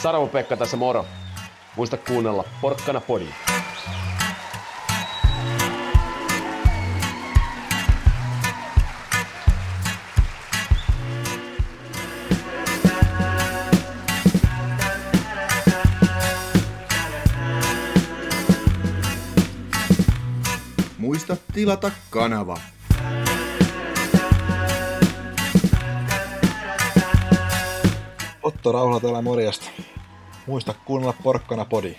Sarvo-Pekka tässä moro. Muista kuunnella Porkkana Podi. Muista tilata kanava. Otto Rauhala täällä morjesta. Muista kuunnella Porkkana Podi.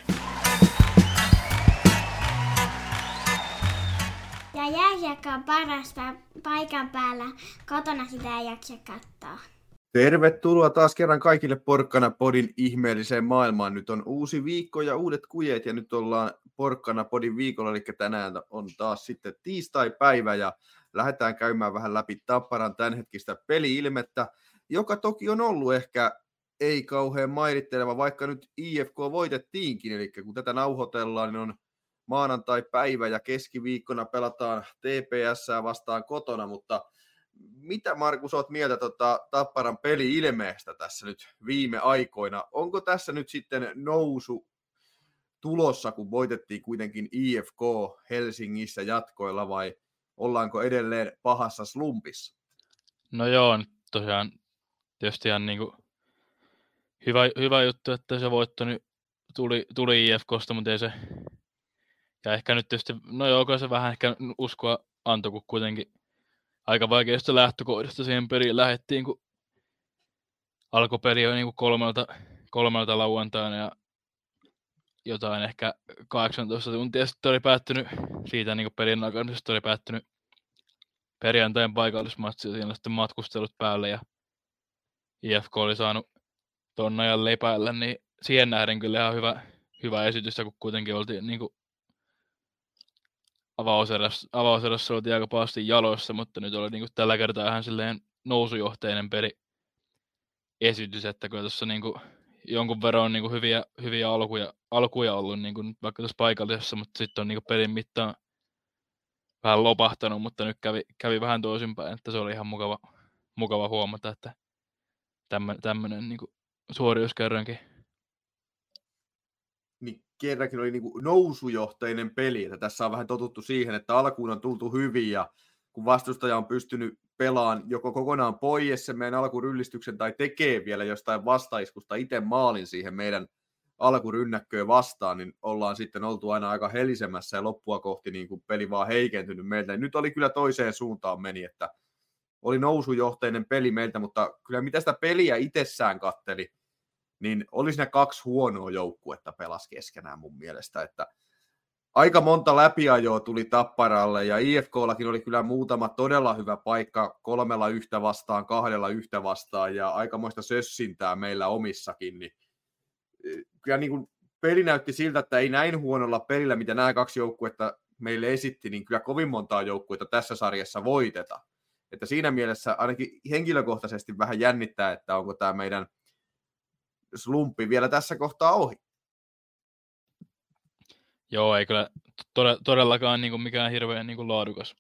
Ja jääkiekko on parasta paikan päällä. Kotona sitä ei jaksa katsoa. Tervetuloa taas kerran kaikille Porkkana Podin ihmeelliseen maailmaan. Nyt on uusi viikko ja uudet kujeet ja nyt ollaan Porkkana Podin viikolla, eli tänään on taas sitten tiistai-päivä ja lähdetään käymään vähän läpi Tapparan tämänhetkistä peli-ilmettä, joka toki on ollut ehkä ei kauhean mairitteleva, vaikka nyt IFK voitettiinkin, eli kun tätä nauhoitellaan, niin on maanantai-päivä ja keskiviikkona pelataan TPS:ää vastaan kotona, mutta mitä Markus olet mieltä Tapparan peli-ilmeestä tässä nyt viime aikoina? Onko tässä nyt sitten nousu tulossa, kun voitettiin kuitenkin IFK Helsingissä jatkoilla vai ollaanko edelleen pahassa slumpissa? No joo, nyt tosiaan tietysti ihan niin kuin hyvä juttu, että se voitto nyt tuli IFKsta, mutta ei se, ja ehkä nyt tietysti, no joo, se vähän ehkä uskoa antoi, kun kuitenkin aika vaikeasta lähtökohdasta siihen peliin lähdettiin, kun alkoi peli jo niin kuin kolmelta lauantaina ja jotain ehkä 18 tuntia sitten oli päättynyt siitä niin kuin pelin aikana, sitten oli päättynyt perjantain paikallismatsi ja siinä sitten matkustelut päälle ja IFK oli saanut ton ajan lepäillä, niin siihen nähden kyllä ihan hyvä esitys, kun kuitenkin oltiin niin kuin avauserässä oltiin aika pahasti jaloissa, mutta nyt oli niin kuin tällä kertaa ihan silleen nousujohteinen esitys, että kun tuossa niin kuin jonkun verran on niin kuin hyviä alkuja ollut niin kuin vaikka tuossa paikallisessa, mutta sitten on niin kuin pelin mittaan vähän lopahtanut, mutta nyt kävi vähän toisinpäin, että se oli ihan mukava huomata, että tämmöinen niin kuin suorius kerrankin. Niin kerrankin oli niin kuin nousujohteinen peli, että tässä on vähän totuttu siihen, että alkuun on tultu hyvin ja kun vastustaja on pystynyt pelaamaan joko kokonaan pois sen meidän alkuryllistyksen tai tekee vielä jostain vastaiskusta itse maalin siihen meidän alkurynnäkköön vastaan, niin ollaan sitten oltu aina aika helisemässä ja loppua kohti niin kuin peli vaan heikentynyt meiltä. Nyt oli kyllä toiseen suuntaan meni, että oli nousujohteinen peli meiltä, mutta kyllä mitä sitä peliä itsessään katteli, niin oli siinä kaksi huonoa joukkuetta pelas keskenään mun mielestä, että aika monta läpiajoa tuli Tapparalle ja IFK:llakin oli kyllä muutama todella hyvä paikka 3-1 vastaan, 2-1 vastaan ja aikamoista sössintää meillä omissakin, niin kyllä niin kuin peli näytti siltä, että ei näin huonolla pelillä, mitä nämä kaksi joukkuetta meille esitti, niin kyllä kovin montaa joukkuetta tässä sarjassa voiteta. Että siinä mielessä ainakin henkilökohtaisesti vähän jännittää, että onko tämä meidän slumppi vielä tässä kohtaa ohi. Joo, ei kyllä todellakaan niin kuin mikään hirveän niin kuin laadukas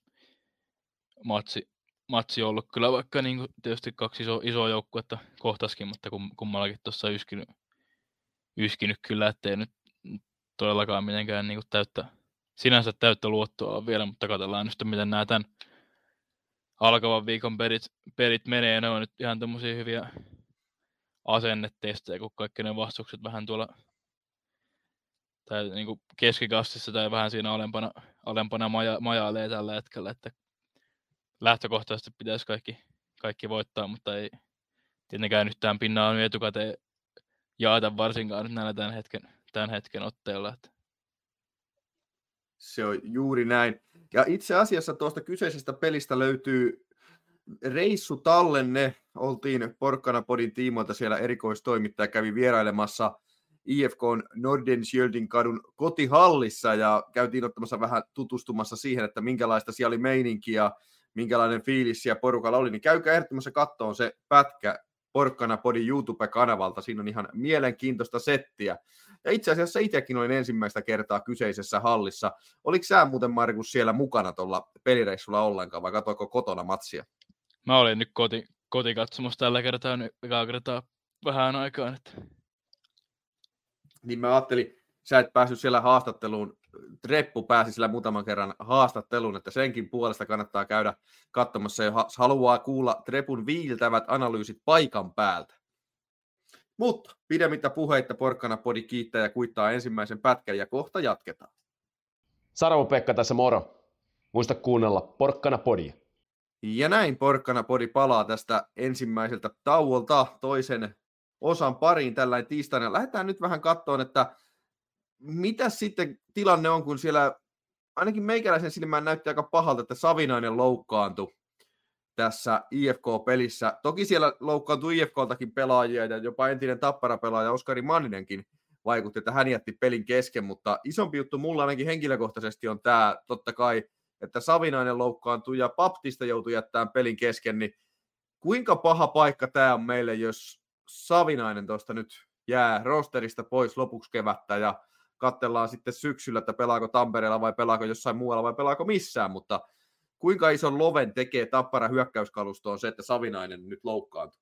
matsi ollut. Kyllä vaikka niin kuin tietysti kaksi isoa joukkuetta kohtaskin, mutta kummallakin tuossa yskinyt kyllä, ettei nyt todellakaan mitenkään niin kuin sinänsä täyttä luottoa on vielä, mutta katsellaan nyt, miten nämä tämän alkavan viikon pelit menee. Ne on nyt ihan tämmöisiä hyviä asennetestejä, kun kaikki ne vastaukset vähän tuolla tai niin kuin keskikastissa tai vähän siinä alempana majailee tällä hetkellä, että lähtökohtaisesti pitäisi kaikki voittaa, mutta ei tietenkään yhtään pinnaa nyt etukäteen jaeta varsinkaan nyt näillä tämän hetken otteilla. Että. Se on juuri näin. Ja itse asiassa tuosta kyseisestä pelistä löytyy reissutallenne. Oltiin Porkkana Podin tiimoilta siellä erikoistoimittaja kävi vierailemassa IFK:n Nordenskjöldin kadun kotihallissa ja käytiin ottamassa vähän tutustumassa siihen, että minkälaista siellä oli meininki ja minkälainen fiilis siellä porukalla oli, niin käykää ehdottomasti katsomaan se pätkä Porkkana Podin YouTube-kanavalta, siinä on ihan mielenkiintoista settiä. Ja itse asiassa itsekin olin ensimmäistä kertaa kyseisessä hallissa. Oliko sä muuten, Markus, siellä mukana tuolla pelireissulla ollenkaan, vai katsoiko kotona matsia? Mä olin nyt kotikatsomus tällä kertaa, nyt ekaa kertaa vähän aikaan, että niin mä ajattelin, sä et päässyt siellä haastatteluun, Treppu pääsi sillä muutaman kerran haastatteluun, että senkin puolesta kannattaa käydä katsomassa, jos haluaa kuulla Trepun viiltävät analyysit paikan päältä. Mutta pidemmittä puheitta Porkkana Podi kiittää ja kuittaa ensimmäisen pätkän ja kohta jatketaan. Sarvo-Pekka tässä moro. Muista kuunnella Porkkana Podia. Ja näin Porkkana Podi palaa tästä ensimmäiseltä tauolta toisen osan pariin tällainen tiistaina. Lähdetään nyt vähän katsomaan, että mitä sitten tilanne on, kun siellä ainakin meikäläisen silmään näytti aika pahalta, että Savinainen loukkaantui tässä IFK-pelissä. Toki siellä loukkaantui IFKltakin pelaajia ja jopa entinen Tappara-pelaaja Oskari Manninenkin vaikutti, että hän jätti pelin kesken, mutta isompi juttu mulla ainakin henkilökohtaisesti on tämä totta kai, että Savinainen loukkaantui ja Baptista joutui jättämään pelin kesken, niin kuinka paha paikka tämä on meille, jos Savinainen tuosta nyt jää rosterista pois lopuksi kevättä ja katsellaan sitten syksyllä, että pelaako Tampereella vai pelaako jossain muualla vai pelaako missään, mutta kuinka ison loven tekee Tappara hyökkäyskalustoon se, että Savinainen nyt loukkaantuu?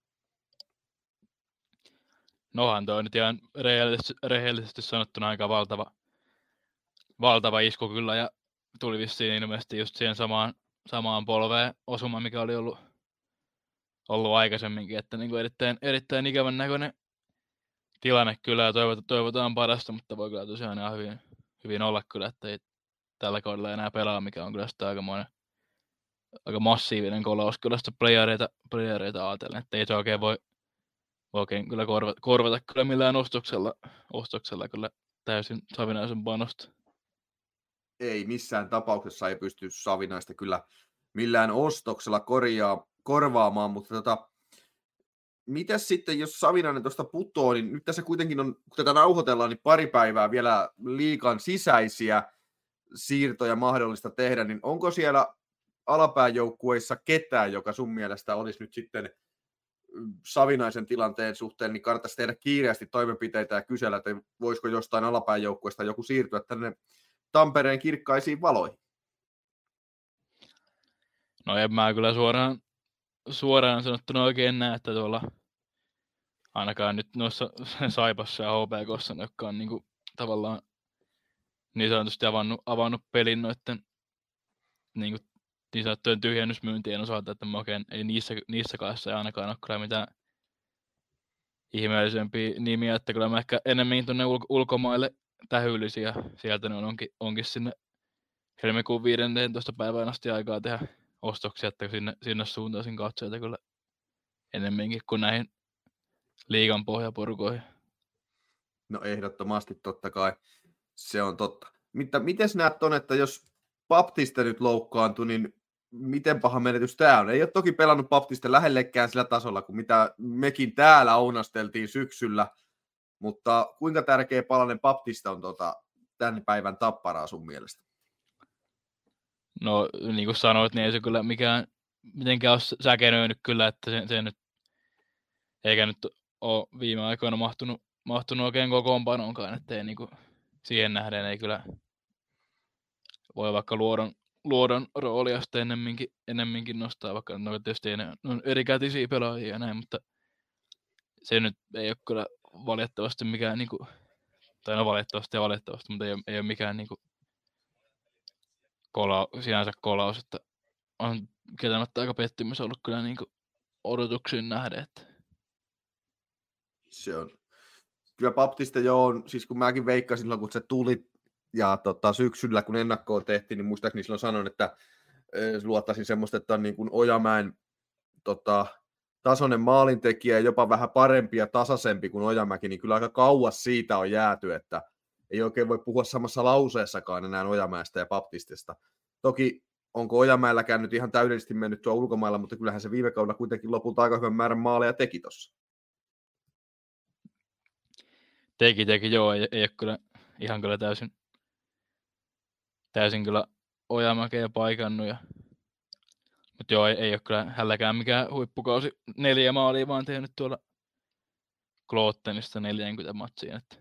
Nohan toi nyt ihan rehellisesti sanottuna aika valtava isku kyllä, ja tuli vissiin ilmeisesti just siihen samaan polveen osuma, mikä oli ollut aikaisemminkin, että niin kuin erittäin ikävän näköinen tilanne kyllä, ja toivotaan parasta, mutta voi kyllä tosiaan ihan hyvin olla kyllä, että ei tällä kaudella enää pelaa, mikä on kyllä sitä aika massiivinen kolaus kyllä sitä playereita ajatellen, että ei se oikein voi oikein kyllä korvata kyllä millään ostoksella kyllä täysin Savinaisen panosta. Ei missään tapauksessa ei pysty Savinaista kyllä millään ostoksella korvaamaan, mutta mitäs sitten, jos Savinainen tuosta putoo, niin nyt tässä kuitenkin on, kun tätä nauhoitellaan, niin pari päivää vielä liigan sisäisiä siirtoja mahdollista tehdä, niin onko siellä alapääjoukkueissa ketään, joka sun mielestä olisi nyt sitten Savinaisen tilanteen suhteen, niin kannattaisi tehdä kiireesti toimenpiteitä ja kysellä, että voisiko jostain alapääjoukkueesta joku siirtyä tänne Tampereen kirkkaisiin valoihin? No en mä kyllä suoraan sanottuna oikein näe, että tuolla ainakaan nyt noissa Saipassa ja HPK:ssa, jotka on niinku tavallaan niin sanotusti avannut pelin noitten niin sanottujen tyhjennysmyyntien osalta, että mä oikein ei niissä kanssa ei ainakaan ole kyllä mitään ihmeellisempiä nimiä, että kyllä mä ehkä enemmän tuonne ulkomaille tähyllisiä ja sieltä ne onkin sinne helmikuun 15. päivään asti aikaa tehdä ostoksia, että sinne suuntaisin katseita kyllä enemmänkin kuin näihin liigan pohjaporukoihin. No ehdottomasti totta kai, se on totta. Mites näet ton, että jos Baptiste nyt loukkaantui, niin miten paha menetys tämä on? Ei ole toki pelannut Baptiste lähellekään sillä tasolla, kuin mitä mekin täällä ounasteltiin syksyllä, mutta kuinka tärkeä palanen Baptiste on tämän päivän Tapparaa sun mielestä? No niin kuin sanoit, niin ei se kyllä mitenkään ole säkenöinyt kyllä, että se nyt, eikä nyt ole viime aikoina mahtunut oikein kokoonpanoonkaan, että ei niinku, siihen nähden ei kyllä voi vaikka luodon roolia sitten ennemminkin nostaa, vaikka no tietysti on erikätisiä pelaajia ja näin, mutta se nyt ei ole kyllä valitettavasti mikään, niinku, tai no valitettavasti, mutta ei ole mikään niinku sinänsä kolaus, että on kieltämättä aika pettymys ollut kyllä niinku odotuksiin nähden. Että. Se on. Kyllä Baptiste jo on, siis kun mäkin veikkasin silloin, kun se tuli ja syksyllä, kun ennakkoa tehtiin, niin muistaakseni silloin sanoin, että luottaisin semmoista, että on niin kuin Ojamäen tasoinen maalintekijä, jopa vähän parempi ja tasaisempi kuin Ojamäki, niin kyllä aika kauas siitä on jääty, että ei oikein voi puhua samassa lauseessakaan enää Ojamäestä ja Baptistesta. Toki onko Ojamäelläkään nyt ihan täydellisesti mennyt tuo ulkomailla, mutta kyllähän se viime kaudella kuitenkin lopulta aika hyvän määrän maaleja teki tuossa. Teki, joo, ei ole kyllä ihan kyllä täysin kyllä Ojamäkeä paikannut. Mutta joo, ei ole kyllä hänelläkään mikään huippukausi 4 maalia, vaan tehnyt tuolla Kloottenista 40 matsia. Että.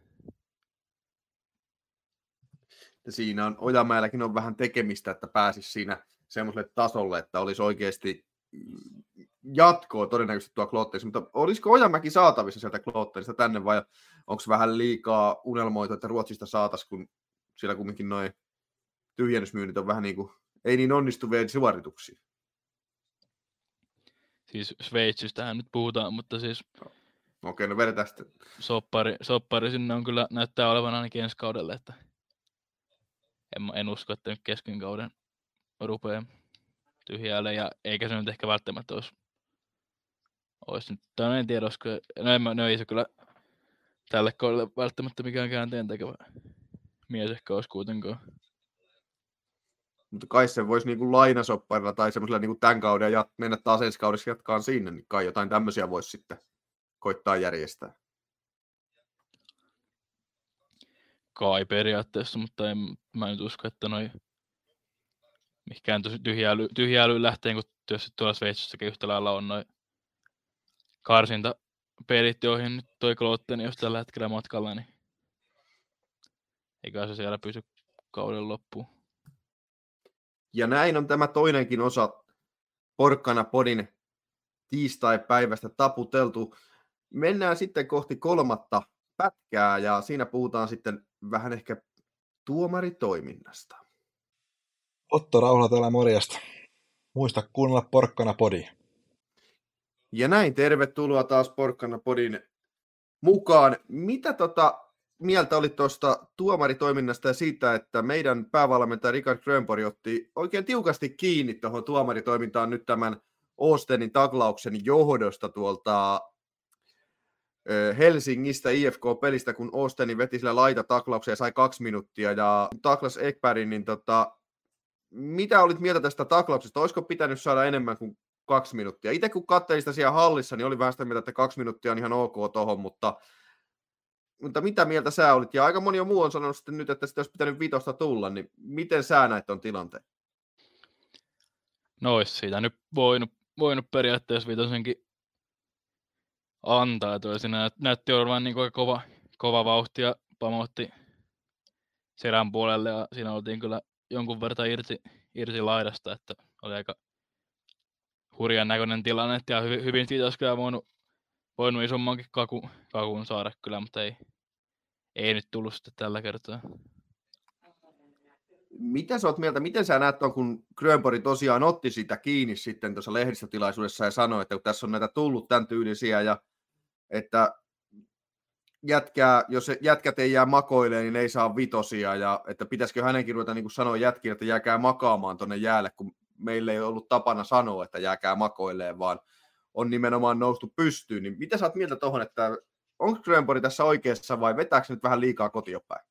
Siinä on, Ojamäelläkin on vähän tekemistä, että pääsisi siinä semmoiselle tasolle, että olisi oikeasti jatkoa todennäköisesti tuo Klottenissa, mutta olisiko Ojamäki saatavissa sieltä Klottenista tänne vai onko vähän liikaa unelmoitu, että Ruotsista saataisiin, kun siellä kumminkin noin tyhjennysmyynnit on vähän niin kuin, ei niin onnistuvia suorituksia. Siis Sveitsistähän nyt puhutaan, mutta siis Okei, no vedetään sitten. soppari sinne on kyllä, näyttää olevan ainakin ensi kaudelle, että en usko, että nyt kesken kauden rupeaa tyhjäälle, ja eikä se nyt ehkä välttämättä olisi nyt, tai en tiedä, olisiko, no ei se kyllä tälle kaudelle välttämättä mikään käänteen tekevä mies ehkä olisi kuitenkaan. Mutta kai se voisi niinku lainasopparilla tai semmoisella niinku tämän kauden ja mennä taas ensi kaudessa jatkaa sinne, niin kai jotain tämmöisiä voisi sitten koittaa järjestää. Kai periaatteessa, mutta mä nyt usko, että noi mikään tyhjäälyyn lähteen, kun tietysti tuolla Sveitsissäkin yhtä lailla on noi karsintapelit, joihin nyt toi Klotten, jos tällä hetkellä matkalla, niin eikä se siellä pysy kauden loppuun. Ja näin on tämä toinenkin osa Porkkana Podin tiistai-päivästä taputeltu. Mennään sitten kohti 3. pätkää ja siinä puhutaan sitten vähän ehkä tuomaritoiminnasta. Otto Rauhala täällä morjesta. Muista kuunnella Porkkana Podi. Ja näin, tervetuloa taas Porkkana Podin mukaan. Mitä mieltä oli tuosta tuomaritoiminnasta ja siitä, että meidän päävalmentaja Richard Grönborg otti oikein tiukasti kiinni tuohon tuomaritoimintaan nyt tämän Oostenin taklauksen johdosta tuolta Helsingistä IFK-pelistä, kun Oosteni veti sillä laitataklauksia ja sai 2 minuuttia ja taklas Ekbergin, niin mitä olit mieltä tästä taklauksesta? Olisiko pitänyt saada enemmän kuin 2 minuuttia? Itse kun katselin sitä siellä hallissa, niin oli vähän sitä mieltä, että 2 minuuttia on ihan ok tohon, mutta mitä mieltä sä olit? Ja aika moni muu on sanonut sitten nyt, että sitä olisi pitänyt 5 tulla, niin miten sä näet ton tilanteen? No olisi siitä nyt voinut periaatteessa 5 antaa. Siinä näytti olevan niin kova vauhti ja pamautti selän puolelle ja siinä oltiin kyllä jonkun verran irti laidasta, että oli aika hurjan näköinen tilanne ja hyvin siitä olisi kyllä voinut isommankin kakun saada kyllä, mutta ei nyt tullut sitten tällä kertaa. Mitä sä oot mieltä, miten sä näet on, kun Grönborg tosiaan otti sitä kiinni sitten tuossa lehdistötilaisuudessa ja sanoi, että kun tässä on näitä tullut tämän tyylisiä ja että jos jätkät ei jää makoilemaan, niin ei saa 5 ja että pitäisikö hänenkin ruveta niin kuin sanoa jätkille, että jääkää makaamaan tuonne jäälle, kun meillä ei ollut tapana sanoa, että jääkää makoilemaan, vaan on nimenomaan noustu pystyyn. Niin mitä sä oot mieltä tuohon, että onko Grönborg tässä oikeassa vai vetääkö nyt vähän liikaa kotiopäin?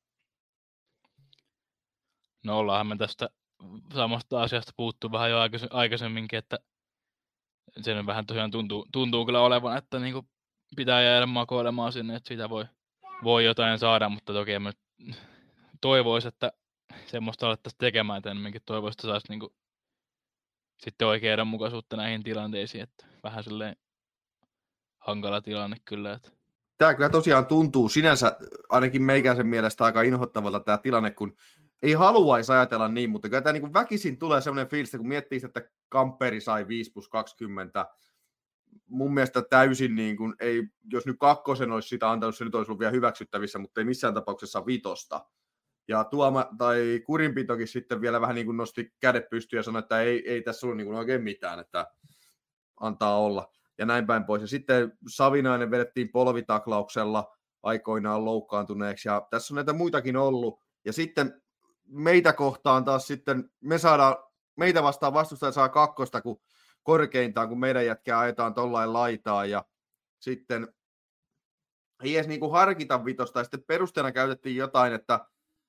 No ollaanhan me tästä samasta asiasta puhuttu vähän jo aikaisemminkin, että se nyt vähän tosiaan tuntuu kyllä olevan, että niinku pitää jäädä makoilemaan sinne, että siitä voi jotain saada, mutta toki en toivoisi, että semmoista alettaisiin tekemään, että enemmänkin toivoisi, että saisi niinku sitten oikeudenmukaisuutta näihin tilanteisiin, että vähän silleen hankala tilanne kyllä. Että. Tämä kyllä tosiaan tuntuu sinänsä ainakin meikäisen mielestä aika inhottavalta tämä tilanne, kun ei haluaisi ajatella niin, mutta kyllä tämä niin väkisin tulee sellainen fiilis, kun miettii, että Kamperi sai 5+20, mun mielestä täysin, niin kuin, ei, jos nyt 2 olisi sitä antanut, se nyt olisi ollut vielä hyväksyttävissä, mutta ei missään tapauksessa 5. Ja Kurinpitokin sitten vielä vähän niin kuin nosti kädet pystyyn ja sanoi, että ei tässä ole niin kuin oikein mitään, että antaa olla. Ja näin päin pois. Ja sitten Savinainen vedettiin polvitaklauksella aikoinaan loukkaantuneeksi. Ja tässä on näitä muitakin ollut. Ja sitten meitä kohtaan taas sitten, meitä vastaan vastustaja saa 2, kun korkeintaan, kun meidän jätkää ajetaan tollain laitaan. Ja sitten ei edes niin kuin harkita 5. Ja sitten perusteena käytettiin jotain, että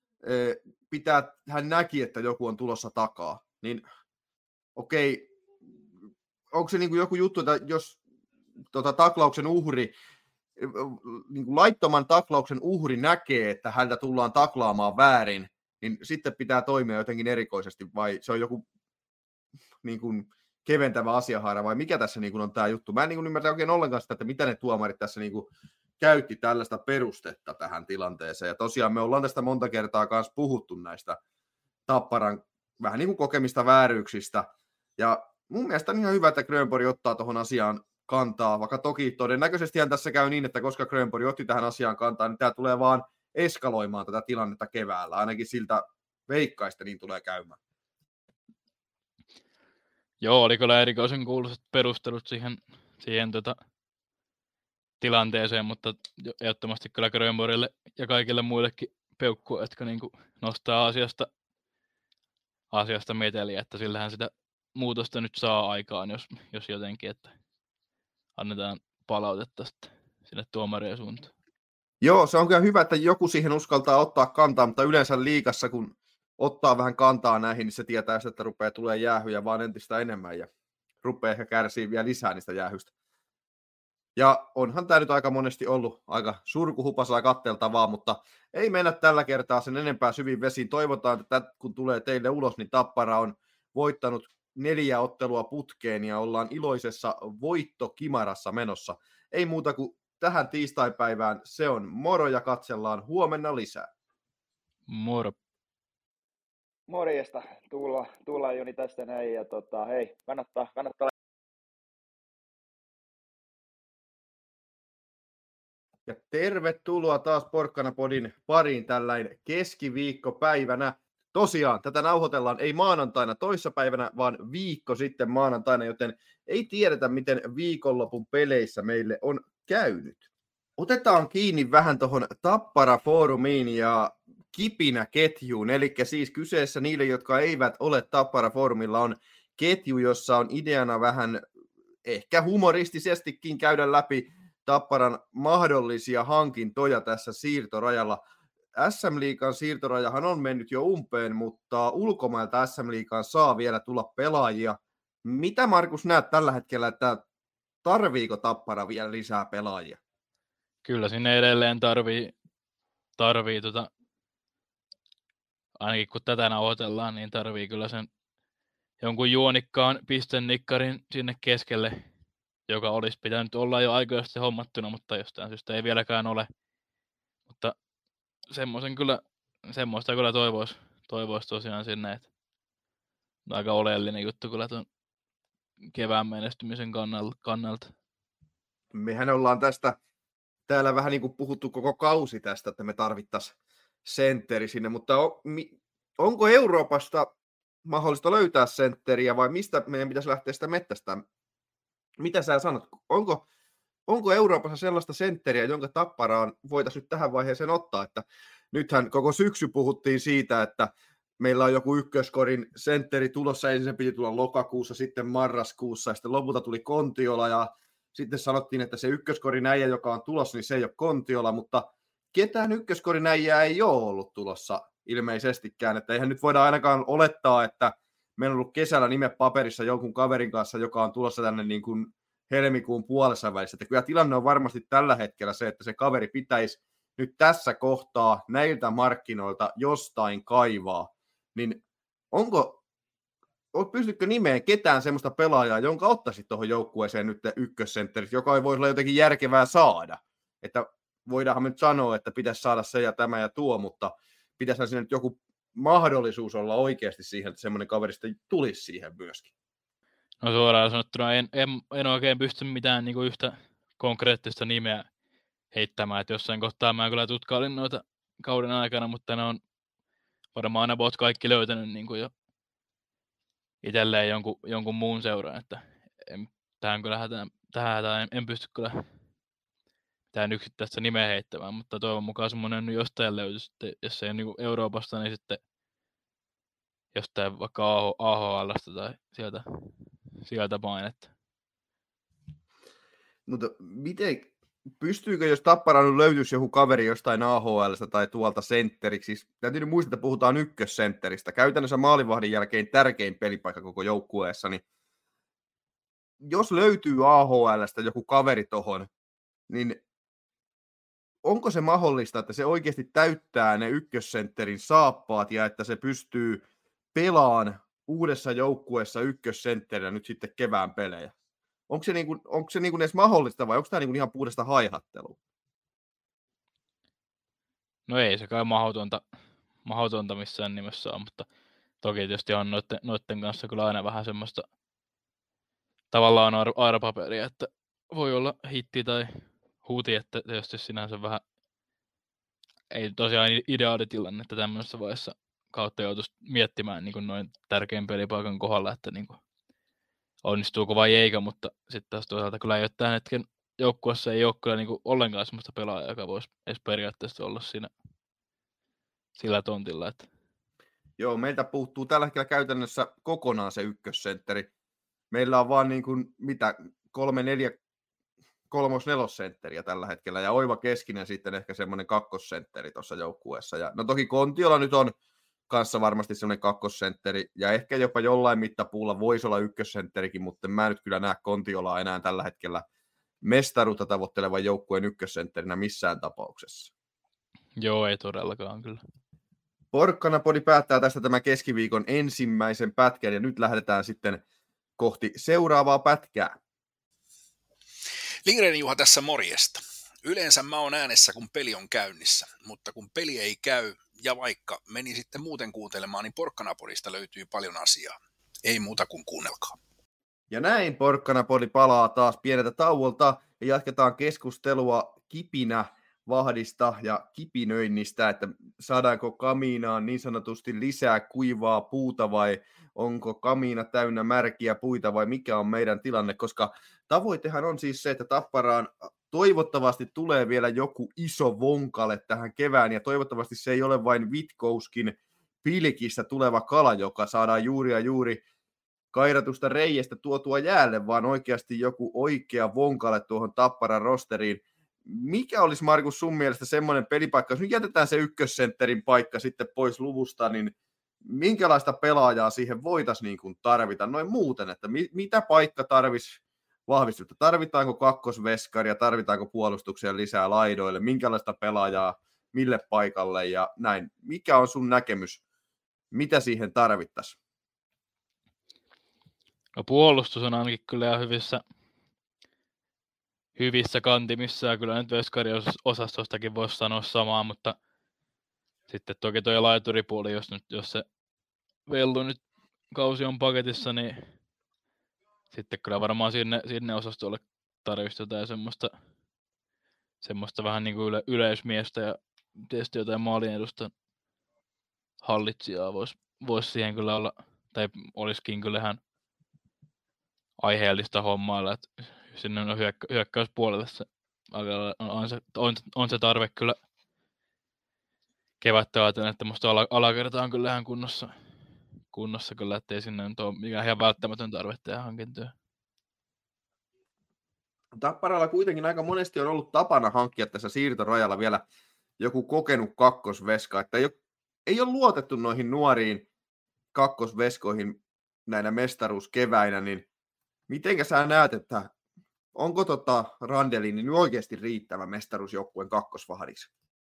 hän näki, että joku on tulossa takaa. Niin okei, onko se niin kuin joku juttu, että jos taklauksen uhri, niin kuin laittoman taklauksen uhri näkee, että häntä tullaan taklaamaan väärin, niin sitten pitää toimia jotenkin erikoisesti, vai se on joku niin kuin keventävä asiahaara, vai mikä tässä niin kuin on tämä juttu? Mä en niin kuin ymmärrä oikein ollenkaan sitä, että mitä ne tuomarit tässä niin kuin käytti tällaista perustetta tähän tilanteeseen. Ja tosiaan me ollaan tästä monta kertaa kanssa puhuttu näistä Tapparan vähän niin kuin kokemista vääryyksistä. Ja mun mielestä on ihan hyvä, että Grönborg ottaa tuohon asiaan kantaa, vaikka toki todennäköisesti tässä käy niin, että koska Grönborg otti tähän asiaan kantaa, niin tämä tulee vaan eskaloimaan tätä tilannetta keväällä. Ainakin siltä veikkaista niin tulee käymään. Joo, oli kyllä erikoisen kuuluisat perustelut siihen tilanteeseen, mutta ehdottomasti kyllä Grönborgille ja kaikille muillekin peukku, jotka niin nostaa asiasta meteliä, että sillähän sitä muutosta nyt saa aikaan, jos jotenkin, että annetaan palautetta sitten sinne tuomarien suuntaan. Joo, se on kyllä hyvä, että joku siihen uskaltaa ottaa kantaa, mutta yleensä liigassa, kun ottaa vähän kantaa näihin, niin se tietää, että rupeaa tulee jäähyjä vaan entistä enemmän ja rupeaa ehkä kärsii vielä lisää niistä jäähyistä. Ja onhan tämä nyt aika monesti ollut aika surkuhupasaa katteltavaa, mutta ei mennä tällä kertaa sen enempää syviin vesiin. Toivotaan, että kun tulee teille ulos, niin Tappara on voittanut 4 ottelua putkeen ja ollaan iloisessa voittokimarassa menossa. Ei muuta kuin tähän tiistaipäivään. Se on moro ja katsellaan huomenna lisää. Moro. Morjesta. Tullaan Joni tästä näin ja hei, kannattaa Ja tervetuloa taas Porkkana-podin pariin tällainen keskiviikkopäivänä. Tosiaan, tätä nauhoitellaan ei maanantaina toissapäivänä, vaan viikko sitten maanantaina, joten ei tiedetä, miten viikonlopun peleissä meille on käynyt. Otetaan kiinni vähän tuohon Tappara-foorumiin ja kipinäketjuun, eli siis kyseessä niille, jotka eivät ole Tappara-foorumilla, on ketju, jossa on ideana vähän ehkä humoristisestikin käydä läpi Tapparan mahdollisia hankintoja tässä siirtorajalla. SM-liigan siirtorajahan on mennyt jo umpeen, mutta ulkomailta SM-liigaan saa vielä tulla pelaajia. Mitä Markus näet tällä hetkellä, että tarviiko Tappara vielä lisää pelaajia? Kyllä sinne edelleen tarvii ainakin kun tätä nauhoitellaan, niin tarvii kyllä sen jonkun juonikkaan pistennikkarin sinne keskelle, joka olisi pitänyt olla jo aikoisesti hommattuna, mutta jostain syystä ei vieläkään ole. Mutta semmoista kyllä toivoisi tosiaan sinne, että on aika oleellinen juttu kyllä tuon kevään menestymisen kannalta. Mehän ollaan tästä täällä vähän niin kuin puhuttu koko kausi tästä, että me tarvittaisiin sentteri sinne, mutta onko Euroopasta mahdollista löytää sentteriä vai mistä meidän pitäisi lähteä sitä mettästämään? Mitä sä sanot? Onko Euroopassa sellaista sentteriä, jonka Tapparaan voitaisiin nyt tähän vaiheeseen ottaa? Että nythän koko syksy puhuttiin siitä, että meillä on joku ykköskorin sentteri tulossa, ensin se piti tulla lokakuussa, sitten marraskuussa, ja sitten lopulta tuli Kontiola, ja sitten sanottiin, että se ykköskorin äijä, joka on tulossa, niin se ei ole Kontiola, mutta ketään ykköskorin äijää ei ole ollut tulossa ilmeisestikään, että eihän nyt voida ainakaan olettaa, että meillä on ollut kesällä nime paperissa jonkun kaverin kanssa, joka on tulossa tänne niin kuin helmikuun puolessa välissä. Että kyllä tilanne on varmasti tällä hetkellä se, että se kaveri pitäisi nyt tässä kohtaa näiltä markkinoilta jostain kaivaa. Niin pystytkö nimeen ketään semmoista pelaajaa, jonka ottaisit tuohon joukkueeseen nyt ykkössentteriksi, joka ei voisi olla jotenkin järkevää saada? Että voidaanhan me nyt sanoa, että pitäisi saada se ja tämä ja tuo, mutta pitäisi siinä nyt joku mahdollisuus olla oikeasti siihen, että semmoinen kaveri sitten tulisi siihen myöskin. No suoraan sanottuna en oikein pysty mitään niin kuin yhtä konkreettista nimeä heittämään, että jossain kohtaa mä kyllä tutkailin noita kauden aikana, mutta ne on varmaan about kaikki löytänyt niin kuin jo itselleen jonkun muun seuraan, että tähän en pysty kyllä mitään yksittäistä nimeä heittämään, mutta toivon mukaan semmoinen jostain löytyisi, jos ei niin kuin Euroopasta, niin sitten jostain vaikka AHL:sta tai sieltä painetta. Mutta pystyykö, jos Tapparaan löytyisi joku kaveri jostain AHL:sta tai tuolta sentteriksi, siis täytyy nyt muistaa, että puhutaan ykkössentteristä, käytännössä maalivahdin jälkeen tärkein pelipaikka koko joukkueessa, niin jos löytyy AHL:stä joku kaveri tohon, niin onko se mahdollista, että se oikeasti täyttää ne ykkössentterin saappaat ja että se pystyy pelaan uudessa joukkueessa ykkössentterinä nyt sitten kevään pelejä? Onko se edes mahdollista vai onko tämä ihan puhdasta haihattelua? No ei se kai mahdotonta missään nimessä on, mutta toki tietysti on noitten kanssa kyllä aina vähän semmoista tavallaan aarapaperia, että voi olla hitti tai huuti, että tietysti sinänsä vähän ei tosiaan ideaalitilanne, että tämmöisessä vaiheessa kautta joutuisi miettimään niin kuin noin tärkeän pelipaikan kohdalla, että niin kuin onnistuuko vai eikä, mutta sitten taas toisaalta kyllä ei ole tämän hetken joukkueessa ei ole kyllä niin kuin ollenkaan sellaista pelaajaa, joka voisi edes periaatteessa olla siinä sillä tontilla. Että. Joo, meiltä puuttuu tällä hetkellä käytännössä kokonaan se ykkössentteri. Meillä on vaan niin kuin, 3-4 sentteriä tällä hetkellä, ja Oiva Keskinen sitten ehkä semmoinen kakkosentteri tuossa joukkueessa. Ja, no toki Kontiola nyt on kanssa varmasti semmoinen kakkosentteri, ja ehkä jopa jollain mittapuulla voisi olla ykkössentterikin, mutta mä nyt kyllä näe Kontiolaa enää tällä hetkellä mestaruutta tavoittelevan joukkueen ykkössentterinä missään tapauksessa. Joo, ei todellakaan kyllä. Porkkanapodi päättää tästä tämän keskiviikon ensimmäisen pätkän, ja nyt lähdetään sitten kohti seuraavaa pätkää. Lindgren Juha tässä morjesta. Yleensä mä oon äänessä, kun peli on käynnissä, mutta kun peli ei käy, ja vaikka meni sitten muuten kuuntelemaan, niin Porkkanapodista löytyy paljon asiaa. Ei muuta kuin kuunnelkaa. Ja näin Porkkanapodi palaa taas pieneltä tauolta, ja jatketaan keskustelua kipinä vahdista ja kipinöinnistä, että saadaanko kamiinaan niin sanotusti lisää kuivaa puuta vai onko kamiina täynnä märkiä puita vai mikä on meidän tilanne, koska tavoitehan on siis se, että Tapparaan toivottavasti tulee vielä joku iso vonkale tähän kevään ja toivottavasti se ei ole vain Vitkouskin pilkistä tuleva kala, joka saadaan juuri ja juuri kairatusta reiästä tuotua jäälle, vaan oikeasti joku oikea vonkale tuohon Tapparan rosteriin. Mikä olisi, Markus, sun mielestä semmoinen pelipaikka, jos nyt jätetään se ykkössentterin paikka sitten pois luvusta, niin minkälaista pelaajaa siihen voitaisiin niin kuin tarvita noin muuten, että mitä paikka tarvisi vahvistusta? Tarvitaanko kakkosveskaria, tarvitaanko puolustukseen lisää laidoille, minkälaista pelaajaa mille paikalle ja näin. Mikä on sun näkemys, mitä siihen tarvittaisiin? No puolustus on ainakin kyllä ihan hyvissä kantimissa ja kyllä nyt veskariosastostakin voisi sanoa samaa, mutta sitten toki tuo laituripuoli, jos se vellu nyt kausi on paketissa, niin sitten kyllä varmaan sinne osastolle tarvitsisi jotain semmoista vähän niin kuin yleismiestä ja tietysti jotain maalin edustan hallitsijaa voisi siihen kyllä olla, tai olisikin kyllä ihan aiheellista hommailla, että sinne on hyökkäyspuolelle se, on se tarve kyllä kevättä ajatellen, että musta alakerta on kyllä ihan kunnossa kyllä, ettei sinne nyt ole mikään ihan välttämätön tarve tehdä hankintoja. Tapparalla kuitenkin aika monesti on ollut tapana hankkia tässä siirtorajalla vielä joku kokenut kakkosveska, että ei ole luotettu noihin nuoriin kakkosveskoihin näinä mestaruuskeväinä, niin mitenkä sä näet, että onko Randelin nyt oikeasti riittävä mestaruusjoukkueen kakkosvahdiksi?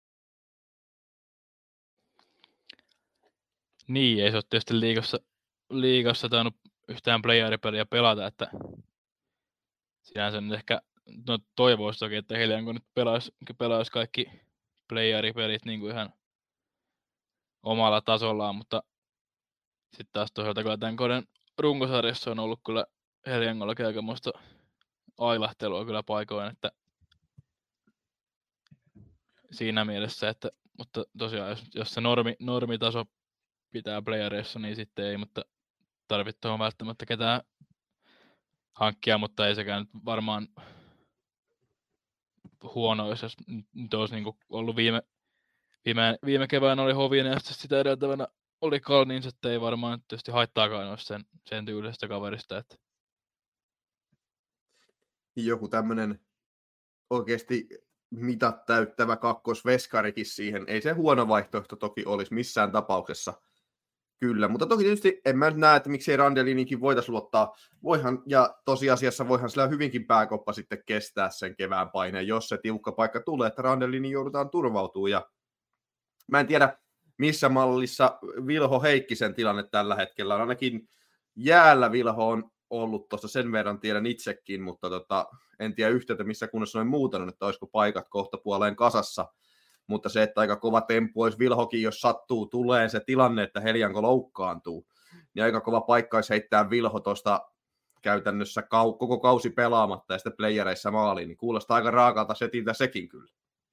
Niin, ei se ole tietysti liigassa tainnut yhtään playeripeliä pelata, että sinänsä nyt ehkä toivoisi toki, että Helianko nyt pelaisi kaikki playeripelit niin kuin ihan omalla tasollaan, mutta sitten taas toisaalta kyllä tämän kauden runkosarjassa on ollut kyllä Heliangollakin aikamoista ailahtelua kyllä paikoin, että siinä mielessä, että, mutta tosiaan jos se normitaso pitää playereissa, niin sitten ei, mutta tarvitse on välttämättä ketään hankkia, mutta ei sekään nyt varmaan huono, jos nyt olisi niin kuin ollut viime keväänä oli Hovinen ja sitten sitä edeltävänä oli Kal, niin se ei varmaan tietysti haittaakaan olisi sen tyylisestä kaverista. Että. Joku tämmöinen oikeasti mitat täyttävä kakkosveskarikin siihen. Ei se huono vaihtoehto toki olisi missään tapauksessa. Kyllä, mutta toki tietysti en mä nyt näe, että miksei Randelinikin voitaisiin luottaa. Ja tosiasiassa voihan sillä hyvinkin pääkoppa sitten kestää sen kevään paineen, jos se tiukka paikka tulee, että Randelinin joudutaan turvautumaan. Ja mä en tiedä, missä mallissa Vilho Heikkisen tilanne tällä hetkellä on. Ainakin jäällä Vilho on ollut tuossa sen verran, tiedän itsekin, mutta en tiedä yhtä, missä kunnossa noin muuten on, että olisiko paikat kohta puoleen kasassa. Mutta se, että aika kova temppu olisi Vilhokin, jos tulee se tilanne, että Helianko loukkaantuu, niin aika kova paikka olisi heittää Vilho tuosta käytännössä koko kausi pelaamatta ja sitten playereissa maaliin, niin kuulostaa aika raakalta setiltä sekin kyllä.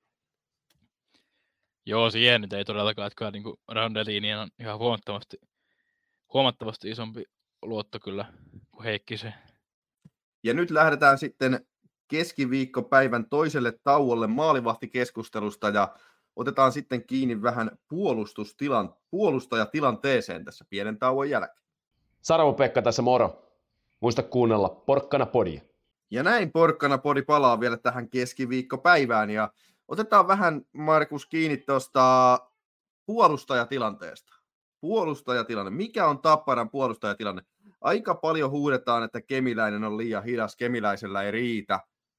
Joo, siihen nyt ei todellakaan, että kyllä niin Randeliniin on ihan huomattavasti isompi luotto kyllä kuin Heikkisen. Ja nyt lähdetään sitten keskiviikkopäivän toiselle tauolle maalivahtikeskustelusta ja otetaan sitten kiinni vähän puolustajatilanteeseen tässä pienen tauon jälkeen. Sarvo-Pekka tässä moro. Muista kuunnella Porkkana-podia. Ja näin Porkkana-podi palaa vielä tähän keskiviikkopäivään ja otetaan vähän, Markus, kiinni tuosta puolustajatilanteesta. Puolustajatilanne. Mikä on Tapparan puolustajatilanne? Aika paljon huudetaan, että Kemiläinen on liian hidas, Kemiläisellä ei riitä.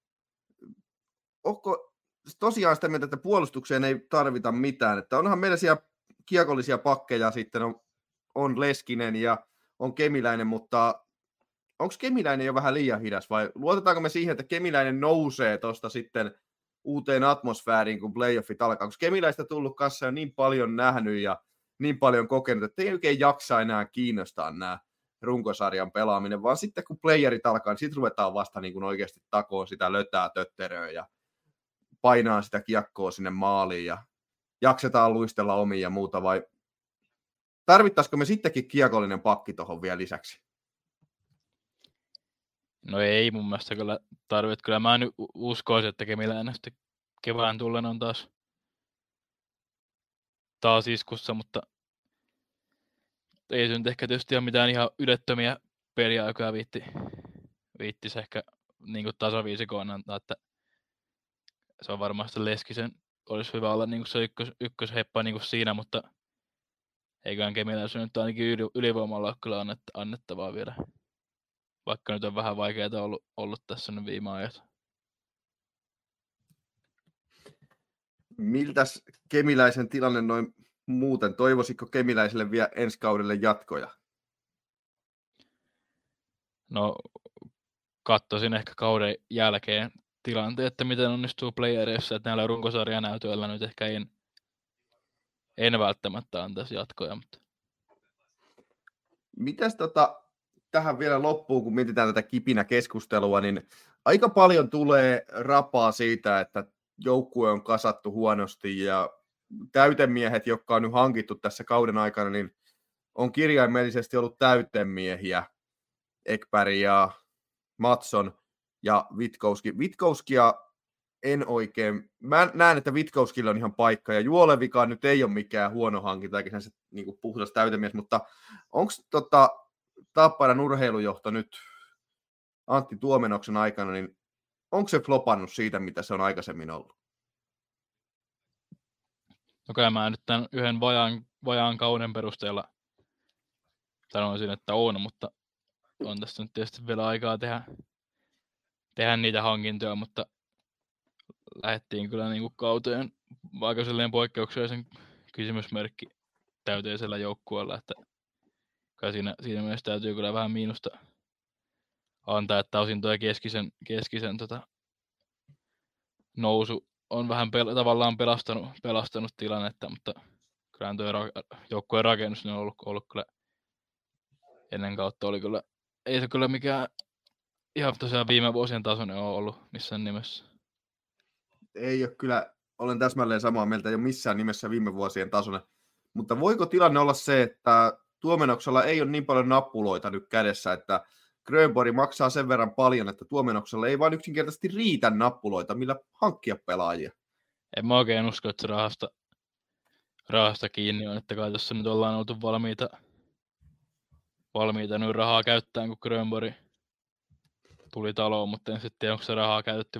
Onko tosiaan sitä mieltä, että puolustukseen ei tarvita mitään? Että onhan meillä siellä kiekollisia pakkeja sitten, on Leskinen ja on Kemiläinen, mutta onko Kemiläinen jo vähän liian hidas vai luotetaanko me siihen, että Kemiläinen nousee tuosta sitten uuteen atmosfääriin, kun playoffit alkaa? Koska Kemiläistä tullut kanssa jo niin paljon nähnyt ja niin paljon kokenut, että ei oikein jaksa enää kiinnostaa nämä runkosarjan pelaaminen, vaan sitten kun playerit alkaa, niin sitten ruvetaan vasta niin kuin oikeasti takoon sitä lötää tötteröä ja painaa sitä kiekkoa sinne maaliin ja jaksetaan luistella omiin ja muuta, vai tarvittaisiko me sittenkin kiekollinen pakki tuohon vielä lisäksi? No ei mun mielestä kyllä tarvitse. Kyllä mä nyt uskoisin, että Kemiläinen sitten kevään tullen on taas iskussa, mutta ei se nyt ehkä tietysti ole mitään ihan ylettömiä peliaikoja viittis ehkä niin kuin tasaviisikoon antaa, että se on varmasti Leskisen, olisi hyvä olla niin kuin se ykkösheppa niin kuin siinä, mutta eiköhän Kemiläisen nyt ainakin ylivoimalla ole kyllä annettavaa vielä, vaikka nyt on vähän vaikeaa ollut tässä nyt viime ajat. Miltäs Kemiläisen tilanne noin muuten? Toivoisitko Kemiläiselle vielä ensi kaudelle jatkoja? No, katsoisin ehkä kauden jälkeen tilanteen, että miten onnistuu playereissa, että näillä runkosarjan näytöillä nyt ehkä en välttämättä antaisi jatkoja. Mutta Mitäs tähän vielä loppuun, kun mietitään tätä kipinäkeskustelua, niin aika paljon tulee rapaa siitä, että joukkue on kasattu huonosti ja täytemiehet, jotka on nyt hankittu tässä kauden aikana, niin on kirjaimellisesti ollut täytemiehiä. Ekberg ja Matson ja Witkowski. Witkowskia en oikein, mä näen, että Witkowskilla on ihan paikka, ja Juolevikaan nyt ei ole mikään huono hankinta, eikä se niin kuin puhdas täytemies, mutta onko Tapparan urheilujohto nyt Antti Tuomenoksen aikana, niin onko se flopannut siitä, mitä se on aikaisemmin ollut? no kai mä nyt tämän yhden vajaan kauden perusteella sanoisin, että on, mutta on tässä nyt tietysti vielä aikaa tehdä niitä hankintoja, mutta lähdettiin kyllä niin kuin kauteen aika silleen poikkeuksellisen kysymysmerkki täyteisellä joukkueella, että kai siinä mielessä täytyy kyllä vähän miinusta antaa, että osin tuo keskisen nousu on vähän tavallaan pelastanut tilannetta, mutta kyllä tuo joukkueen rakennus on ollut kyllä ennen kautta oli kyllä, ei se kyllä mikään ihan tosiaan viime vuosien tasoinen ole ollut missään nimessä. Ei ole kyllä, olen täsmälleen samaa mieltä, ei ole missään nimessä viime vuosien tasoinen. Mutta voiko tilanne olla se, että Tuomenoksella ei ole niin paljon nappuloita nyt kädessä, että Grönborg maksaa sen verran paljon, että Tuomenoksella ei vain yksinkertaisesti riitä nappuloita, millä hankkia pelaajia? En mä oikein usko, että se rahasta kiinni on, että kai tuossa nyt ollaan oltu valmiita nyt rahaa käyttämään, kun Grönborg tuli taloon, mutta en sitten tiedä, onko se rahaa käytetty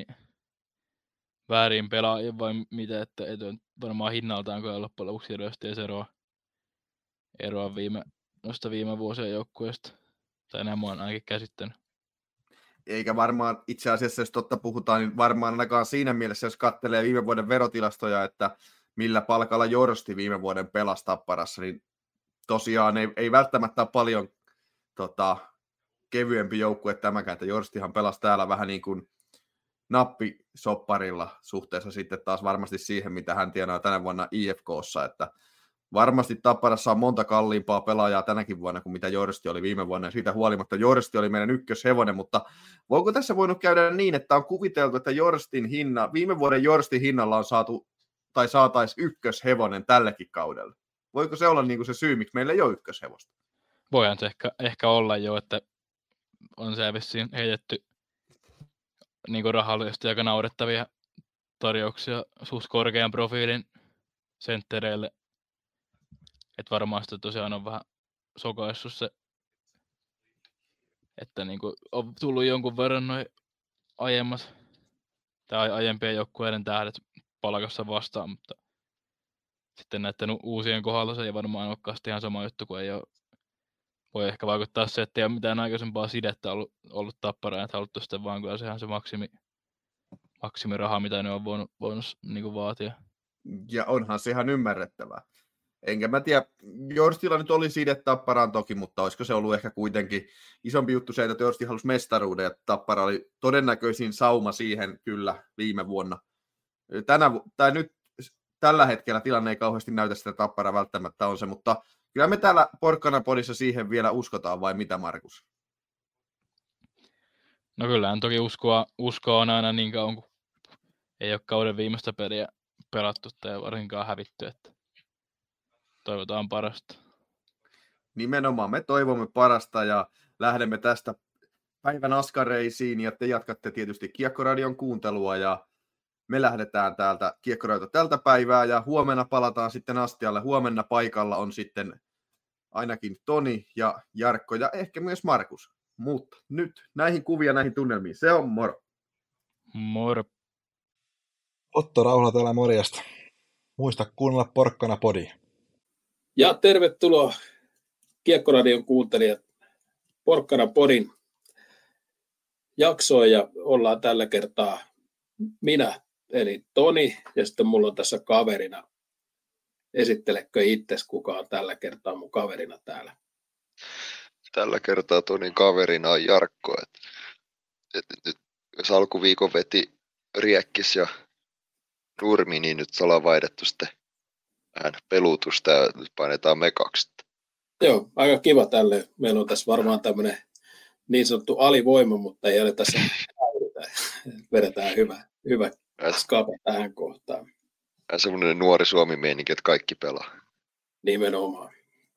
väärin pelaajia vai mitä, että ei varmaan hinnaltaan kyllä loppujen lopuksi hirveästi edes eroa viime vuosien joukkueesta. Tai näin mä oon ainakin käsittänyt. Eikä varmaan itse asiassa, jos totta puhutaan, niin varmaan ainakaan siinä mielessä, jos katselee viime vuoden verotilastoja, että millä palkalla Jorsti viime vuoden pelasi Tapparassa, niin tosiaan ei välttämättä ole paljon kevyempi joukkue tämäkään, että Jorstihan pelasi täällä vähän niin kuin nappisopparilla suhteessa sitten taas varmasti siihen, mitä hän tienaa tänä vuonna IFK:ssa, että Varmasti Tapparassa on monta kalliimpaa pelaajaa tänäkin vuonna kuin mitä Jorsti oli viime vuonna, ja siitä huolimatta Jorsti oli meidän ykköshevonen, mutta voiko tässä voinut käydä niin, että on kuviteltu, että viime vuoden Jorstin hinnalla on saatu, tai saataisiin ykköshevonen tällekin kaudelle? Voiko se olla niin kuin se syy, miksi meillä ei ole ykköshevosta? Voihan se ehkä olla jo, että on se vissiin heitetty niin rahallisesti aika naurettavia tarjouksia suht korkean profiilin senttereille. Että varmaan sitä tosiaan on vähän sokaissut se, että niin on tullut jonkun verran noin aiemmat tai aiempien joukkueiden tähdet palkassa vastaan, mutta sitten näiden uusien kohdalla se ei varmaan olekaan ihan sama juttu, kun ei ole. Voi ehkä vaikuttaa se, että ei ole mitään aikaisempaa sidettä ollut Tapparaan, että haluttu sitten vaan kyllä sehän se maksimiraha, mitä ne on voinut niin vaatia. Ja onhan se ihan ymmärrettävää. Enkä mä tiedä, Jorstilla nyt oli side Tapparaan toki, mutta olisiko se ollut ehkä kuitenkin isompi juttu se, että Jorsti halusi mestaruuden, ja Tappara oli todennäköisin sauma siihen kyllä viime vuonna. Nyt tällä hetkellä tilanne ei kauheasti näytä sitä, Tappara välttämättä on se, mutta kyllä me täällä Porkkana-podissa siihen vielä uskotaan, vai mitä, Markus? No kyllähän toki uskoa on aina niin kauan, kun ei ole kauden viimeistä peliä pelattu tai varsinkaan hävitty, että toivotaan parasta. Nimenomaan me toivomme parasta ja lähdemme tästä päivän askareisiin, ja te jatkatte tietysti Kiekkoradion kuuntelua, ja me lähdetään täältä Kiekkoradiolta tältä päivää, ja huomenna palataan sitten astialle. Huomenna paikalla on sitten ainakin Toni ja Jarkko ja ehkä myös Markus. Mutta nyt näihin kuvia, näihin tunnelmiin. Se on moro. Moro. Otto Rauhala täällä morjesta. Muista kuunnella Porkkana-podi. Ja tervetuloa Kiekkoradion kuuntelijat Porkkana-podin jaksoon, ja ollaan tällä kertaa minä, eli Toni, ja sitten mulla on tässä kaverina. Esittelekö itses, kuka on tällä kertaa mun kaverina täällä? Tällä kertaa Tonin kaverina on Jarkko. Nyt, jos alkuviikon veti Riekkis ja Nurmi, niin nyt ollaan vaihdettu sitten vähän pelutusta ja nyt painetaan mekaksi. Joo, aika kiva tälle. Meillä on tässä varmaan tämmöinen niin sanottu alivoima, mutta ei ole tässä vedetään hyvä skape tähän kohtaan. Semmoinen nuori Suomi-meininki, että kaikki pelaa. Nimenomaan.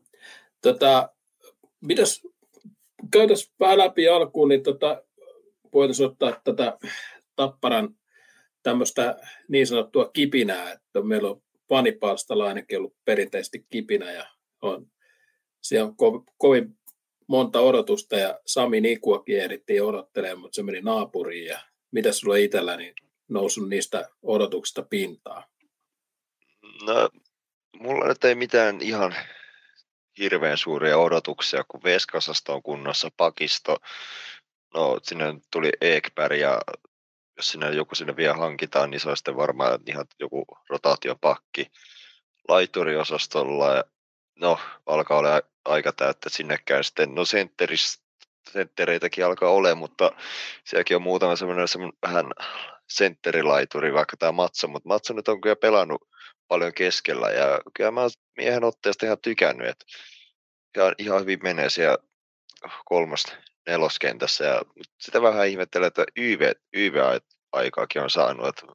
Mitäs käytäisiin vähän läpi alkuun, niin voitaisiin ottaa tätä Tapparan tämmöistä niin sanottua kipinää, että meillä on fanipalstalla ainakin ollut perinteisesti kipinä, ja siellä on kovin monta odotusta, ja Sami Nikuakin ehdittiin odottelemaan, mutta se meni naapuriin, ja mitä sulla itsellä niin noussut niistä odotuksista pintaan? No, mulla nyt ei mitään ihan hirveän suuria odotuksia, kun Veskasosta on kunnossa, pakisto. No, sinne tuli Ekberg, ja jos sinne vielä hankitaan, niin se on sitten varmaan ihan joku rotaatiopakki laituriosastolla. No, alkaa olla aika täyttä sinnekään sitten. No, senttereitäkin alkaa olemaan, mutta sielläkin on muutama semmoinen vähän sentterilaituri, vaikka tämä Matso. Mutta Matso nyt on kyllä pelannut paljon keskellä, ja kyllä mä oon miehen otteesta ihan tykännyt, että ihan hyvin menee siellä 3-4 kentässä, ja sitä vähän ihmettelen, että YV-aikaakin on saanut, että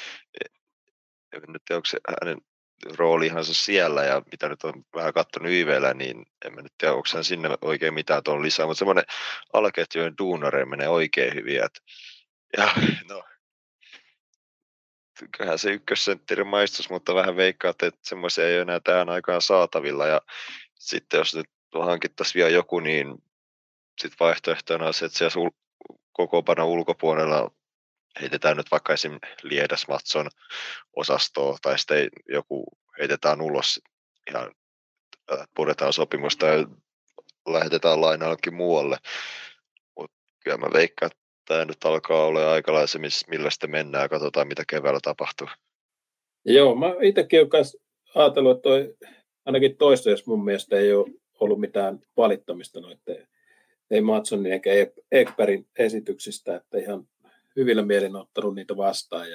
nyt onko se hänen roolihansa siellä, ja mitä nyt on vähän katsonut YVllä, niin en mä nyt tiedä, onko hän sinne oikein mitään tuon lisää, mutta semmoinen alaketjujen duunareen menee oikein hyvin, ja no, kyllähän se ykkössentteri maistus, mutta vähän veikkaa, että semmoisia ei ole enää tähän aikaan saatavilla, ja sitten jos nyt hankittaisiin vielä joku, niin sitten vaihtoehtona on se, että siellä kokoonpanon ulkopuolella heitetään nyt vaikka esim. Liedas Matson osastoa, tai sitten joku heitetään ulos, ihan puretaan sopimusta ja lähetetään lainallekin muualle. Mutta kyllä mä veikkaan, että tämä nyt alkaa olla aikalaisen, millä sitten mennään ja katsotaan, mitä keväällä tapahtuu. Joo, mä itsekin olen ajatellut, että ainakin toistaiseksi mun mielestä ei ole ollut mitään valittamista noiden ei Matsonin eikä Ekbergin esityksistä, että ihan hyvillä mielin ottanut niitä vastaan, ja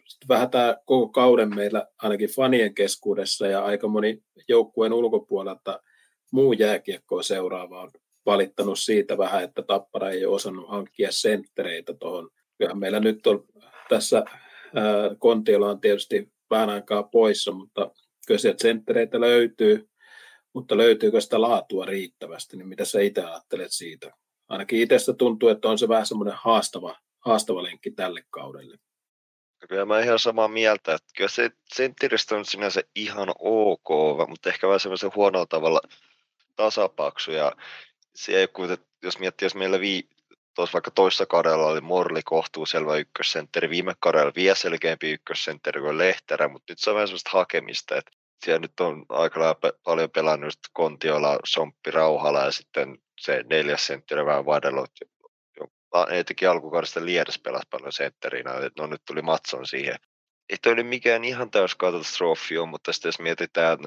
vähän tämä koko kauden meillä ainakin fanien keskuudessa ja aika moni joukkueen ulkopuolelta muu jääkiekkoa seuraava on valittanut siitä vähän, että Tappara ei ole osannut hankkia senttereitä tuohon. Kyllähän meillä nyt on tässä Kontiola on tietysti vähän aikaa poissa, mutta kyllä sieltä senttereitä löytyy, mutta löytyykö sitä laatua riittävästi, niin mitä sä itse ajattelet siitä? Ainakin itsestä tuntuu, että on se vähän semmoinen haastava lenkki tälle kaudelle. Kyllä mä ihan samaa mieltä, että kyllä se sentteristä on sinänsä ihan ok, mutta ehkä vähän semmoisen huonolla tavalla tasapaksu. Ja se ei, jos miettii, jos meillä tuossa vaikka toissa kaudella oli Morli kohtuuselvä ykkössentteri, viime kaudella vielä selkeämpi ykkössentteri kuin Lehterä, mutta nyt se on vähän semmoista hakemista, että siellä nyt on aika paljon pelannut Kontiola, Somppi, Rauhala ja sitten se 4. sentteri vähän vaihdellut. Etenkin alkukaudesta Liedes pelasi paljon sentterinä, no nyt tuli Matson siihen. Ei toi nyt mikään ihan täys katastrofi on, mutta sitten jos mietitään,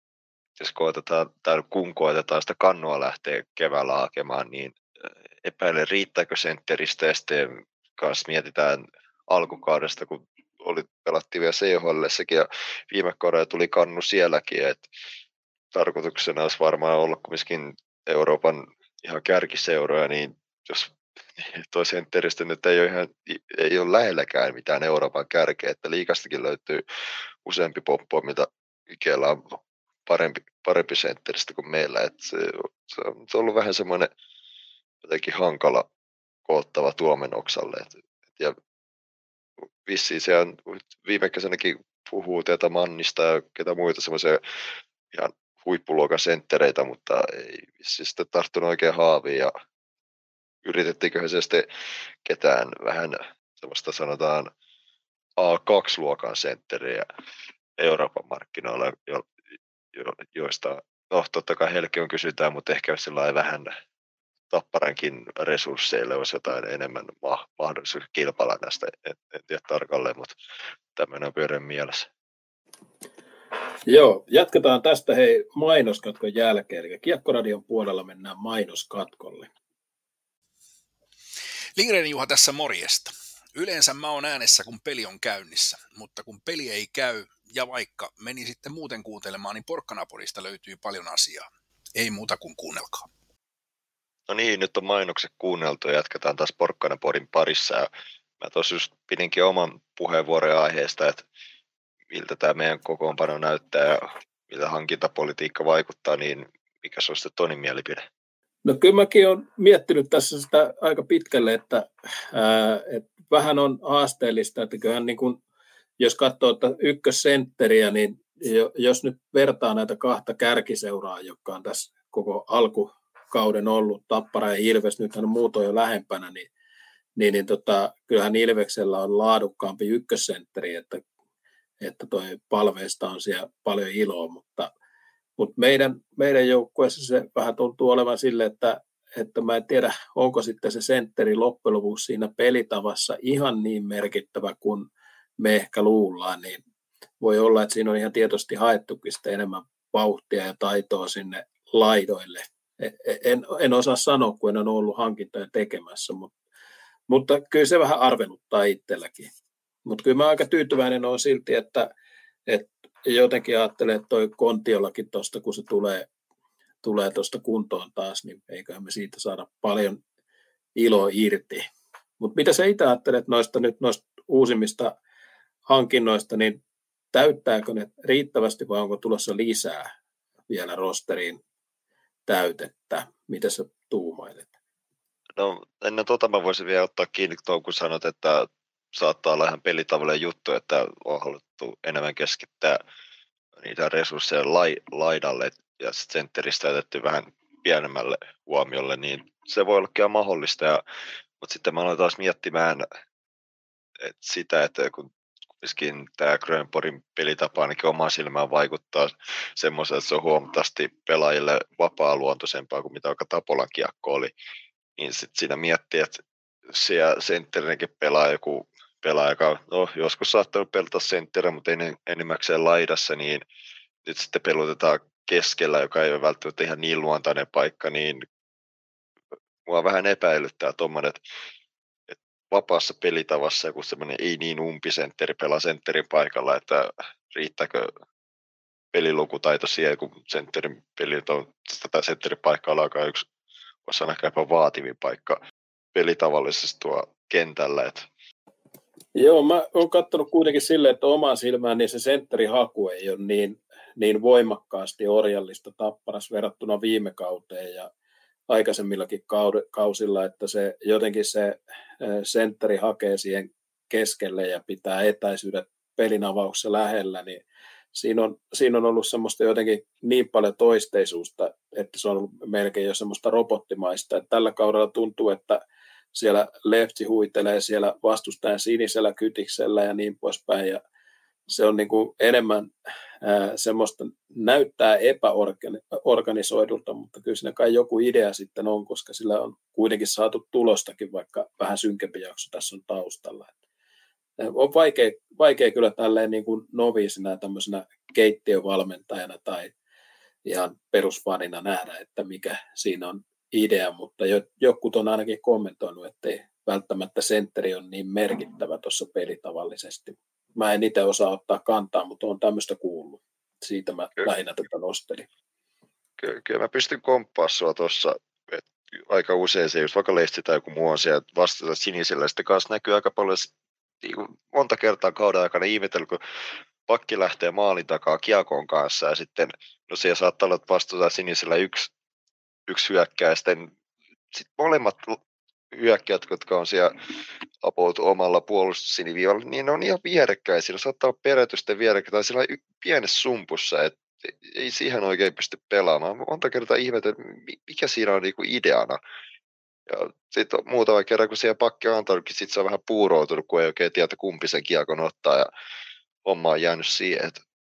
kun koetetaan sitä kannua lähteä keväällä hakemaan, niin epäilen riittääkö sentteristä ja sitten kanssa mietitään alkukaudesta, kun pelattiin vielä CHL:ssäkin ja viime kaudella tuli kannu sielläkin, että tarkoituksena olisi varmaan olla kumminkin Euroopan ihan kärkiseuroja, niin jos toi sentteristä nyt ei ole lähelläkään mitään Euroopan kärkeä, että liigastakin löytyy useampi poppo, mitä Ikellä on parempi sentteristä kuin meillä, että se on ollut vähän semmoinen jotenkin hankala koottava Tuomenoksalle, ja vissiin se on viime kesänäkin puhuu tätä Mannista ja ketä muita semmoisia ihan huippuluokan senttereitä, mutta ei vissiin sitten tarttunut oikein haaviin ja yritettiinköhän se sitten ketään vähän semmoista sanotaan A2-luokan sentteriä Euroopan markkinoilla, joista no totta kai heillekin on kysytään, mutta ehkä sillä vähän Tapparankin resursseille olisi jotain enemmän mahdollisuus kilpailla näistä, en tiedä tarkalleen, mutta tämmöinen on pyörän mielessä. Joo, jatketaan tästä mainoskatkon jälkeen, eli Kiekkoradion puolella mennään mainoskatkolle. Lindgren Juha tässä morjesta. Yleensä mä oon äänessä, kun peli on käynnissä, mutta kun peli ei käy, ja vaikka meni sitten muuten kuuntelemaan, niin Porkkanapodista löytyy paljon asiaa. Ei muuta kuin kuunnelkaa. No niin, nyt on mainokset kuunneltu ja jatketaan taas Porkkanapodin parissa. Ja mä tuossa just pidinkin oman puheenvuoron aiheesta, että miltä tämä meidän kokoonpano näyttää ja miltä hankintapolitiikka vaikuttaa, niin mikä se on sitten Tonin mielipide? No kyllä mäkin olen miettinyt tässä sitä aika pitkälle, että vähän on haasteellista, että kyllähän niin kuin, jos katsoo ykkössentteriä, niin jos nyt vertaa näitä kahta kärkiseuraa, jotka on tässä koko alkukauden ollut, Tappara ja Ilves, nythän on muutoin jo lähempänä, niin kyllähän Ilveksellä on laadukkaampi ykkössentteri, että toi Palveesta on siellä paljon iloa, mutta meidän joukkueessa se vähän tuntuu olevan sille, että mä en tiedä, onko sitten se sentteri loppujen lopuksi siinä pelitavassa ihan niin merkittävä kuin me ehkä luullaan, niin voi olla, että siinä on ihan tietoisesti haettukin sitten enemmän vauhtia ja taitoa sinne laidoille. En osaa sanoa, kun en ole ollut hankintoja tekemässä, mutta kyllä se vähän arveluttaa itselläkin. Mutta kyllä mä aika tyytyväinen olen silti, että jotenkin ajattelen, että toi Kontiolakin tuosta, kun se tulee tuosta kuntoon taas, niin eiköhän me siitä saada paljon iloa irti. Mutta mitä sä itse ajattelet noista uusimmista hankinnoista, niin täyttääkö ne riittävästi vai onko tulossa lisää vielä rosteriin täytettä? Mitä sä tuumailet? No ennen mä voisin vielä ottaa kiinni tuon, kun sanot, että saattaa olla ihan pelitavallinen juttu, että on haluttu enemmän keskittää niitä resursseja laidalle ja sitten sentteristä jätetty vähän pienemmälle huomiolle, niin se voi olla kyllä mahdollista. Mutta sitten mä aloin taas miettimään sitä, että kun tämä Grönborgin pelitapa ainakin omaan silmään vaikuttaa semmoisen, että se on huomattavasti pelaajille vapaa-luontoisempaa kuin mitä vaikka Tapolan kiekko oli, niin sitten siinä miettii, että siellä sentterinenkin pelaa joku pelaaja, joka joskus saattanut pelata sentterinä, mutta ei enimmäkseen laidassa, niin nyt sitten pelutetaan keskellä, joka ei ole välttämättä ihan niin luontainen paikka, niin mua vähän epäilyttää tuommoinen, että vapaassa pelitavassa joku semmoinen ei niin umpisentteri pelaa sentterin paikalla, että riittääkö pelilukutaito siihen, kun sentterin pelit on, tätä sentterin paikkaa alkaa yksi, voisi sanoa jopa vaativin paikka pelitavallisesti tuo kentällä. Että Joo, mä oon katsonut kuitenkin silleen, että omaan silmään niin se sentterihaku ei ole niin voimakkaasti orjallista Tapparassa verrattuna viime kauteen ja aikaisemmillakin kausilla, että se jotenkin se sentteri hakee siihen keskelle ja pitää etäisyydet pelin avauksessa lähellä, niin siinä on ollut semmoista jotenkin niin paljon toisteisuutta, että se on ollut melkein jo semmoista robottimaista. Että tällä kaudella tuntuu, että siellä lefti huitelee siellä vastustajan sinisellä kytiksellä ja niin poispäin. Ja se on niin kuin enemmän semmoista, näyttää epäorganisoidulta, mutta kyllä siinä kai joku idea sitten on, koska sillä on kuitenkin saatu tulostakin, vaikka vähän synkempi jakso tässä on taustalla. On vaikea kyllä tälleen niin kuin noviisina tämmöisenä keittiövalmentajana tai ihan perusfanina nähdä, että mikä siinä on idea, mutta jotkut on ainakin kommentoinut, ettei välttämättä sentteri on niin merkittävä tuossa pelitavallisesti. Mä en itse osaa ottaa kantaa, mutta olen tämmöistä kuullut. Siitä mä lähinnä tätä nostelin. Kyllä mä pystyn komppaamaan sua tuossa aika usein se, jos vaikka Lehti tai joku muu on siellä vastata sinisellä, sitten kanssa näkyy aika paljon niin monta kertaa kauden aikana ihmetellä, kun pakki lähtee maalin takaa kiekon kanssa ja sitten, no siellä saattaa olla, että vastuutaan sinisellä yksi hyökkää ja sitten molemmat hyökkäät, jotka on siellä apoutu omalla puolustussiniviivalla, niin ne on ihan vierekkäin. Siinä saattaa olla perätysten vierekkäin tai siellä pienessä sumpussa, että ei siihen oikein pysty pelaamaan. Monta kertaa ihmetellä, mikä siinä on niinku ideana. Ja sitten muutama kerran, kun siellä pakki on antanutkin, sitten se on vähän puuroutunut, kun ei oikein tiedä, kumpi sen kiekon ottaa ja homma on jäänyt siihen.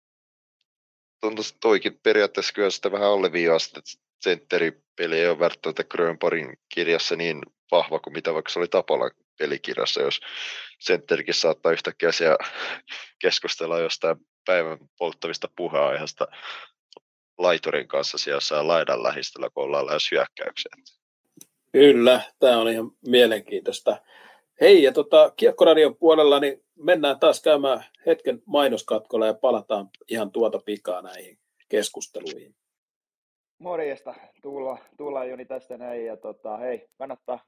Tuntuu toikin periaatteessa kyllä sitä vähän alleviivasta, että sentteripeli ei ole välttämättä Grönborgin kirjassa niin vahva kuin mitä vaikka se oli Tapolan pelikirjassa, jos sentterikin saattaa yhtäkkiä siellä keskustella jostain päivän polttavista puheenaiheesta laiturin kanssa siellä jossain laidan lähistöllä, kun ollaan lähes hyökkäykseen. Kyllä, tämä on ihan mielenkiintoista. Hei, ja Kiekkoradion puolella niin mennään taas käymään hetken mainoskatkolla ja palataan ihan tuota pikaa näihin keskusteluihin. Morjesta, Tuula Joni tästä näin ja hei, kannattaa.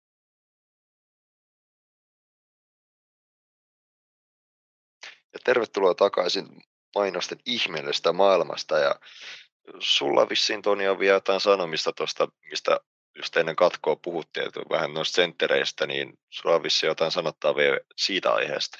Ja tervetuloa takaisin mainosten ihmeellisestä maailmasta ja sulla vissiin Toni on vielä jotain sanomista tuosta, mistä just ennen katkoa puhuttiin, että vähän noista senttereistä, niin sulla on vissiin jotain sanottavaa vielä siitä aiheesta.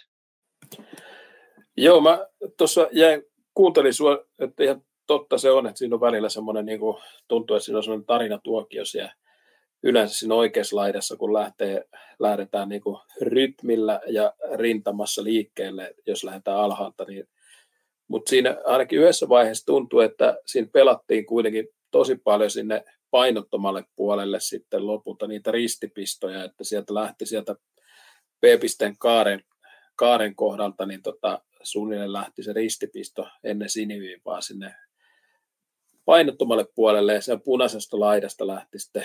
Joo, mä tuossa kuuntelin sua, että ihan totta se on, että siinä on välillä semmoinen, niin kuin, tuntuu, että siinä on semmoinen tarinatuokio siellä yleensä siinä oikeassa laidassa, kun lähdetään niin kuin rytmillä ja rintamassa liikkeelle, jos lähdetään alhaalta. Niin. Mutta siinä ainakin yhdessä vaiheessa tuntuu, että siinä pelattiin kuitenkin tosi paljon sinne painottomalle puolelle sitten lopulta niitä ristipistoja, että sieltä lähti sieltä B-pisteen kaaren kohdalta, niin suunnilleen lähti se ristipisto ennen siniviivaa sinne painottomalle puolelle, ja sen punaisesta laidasta lähti sitten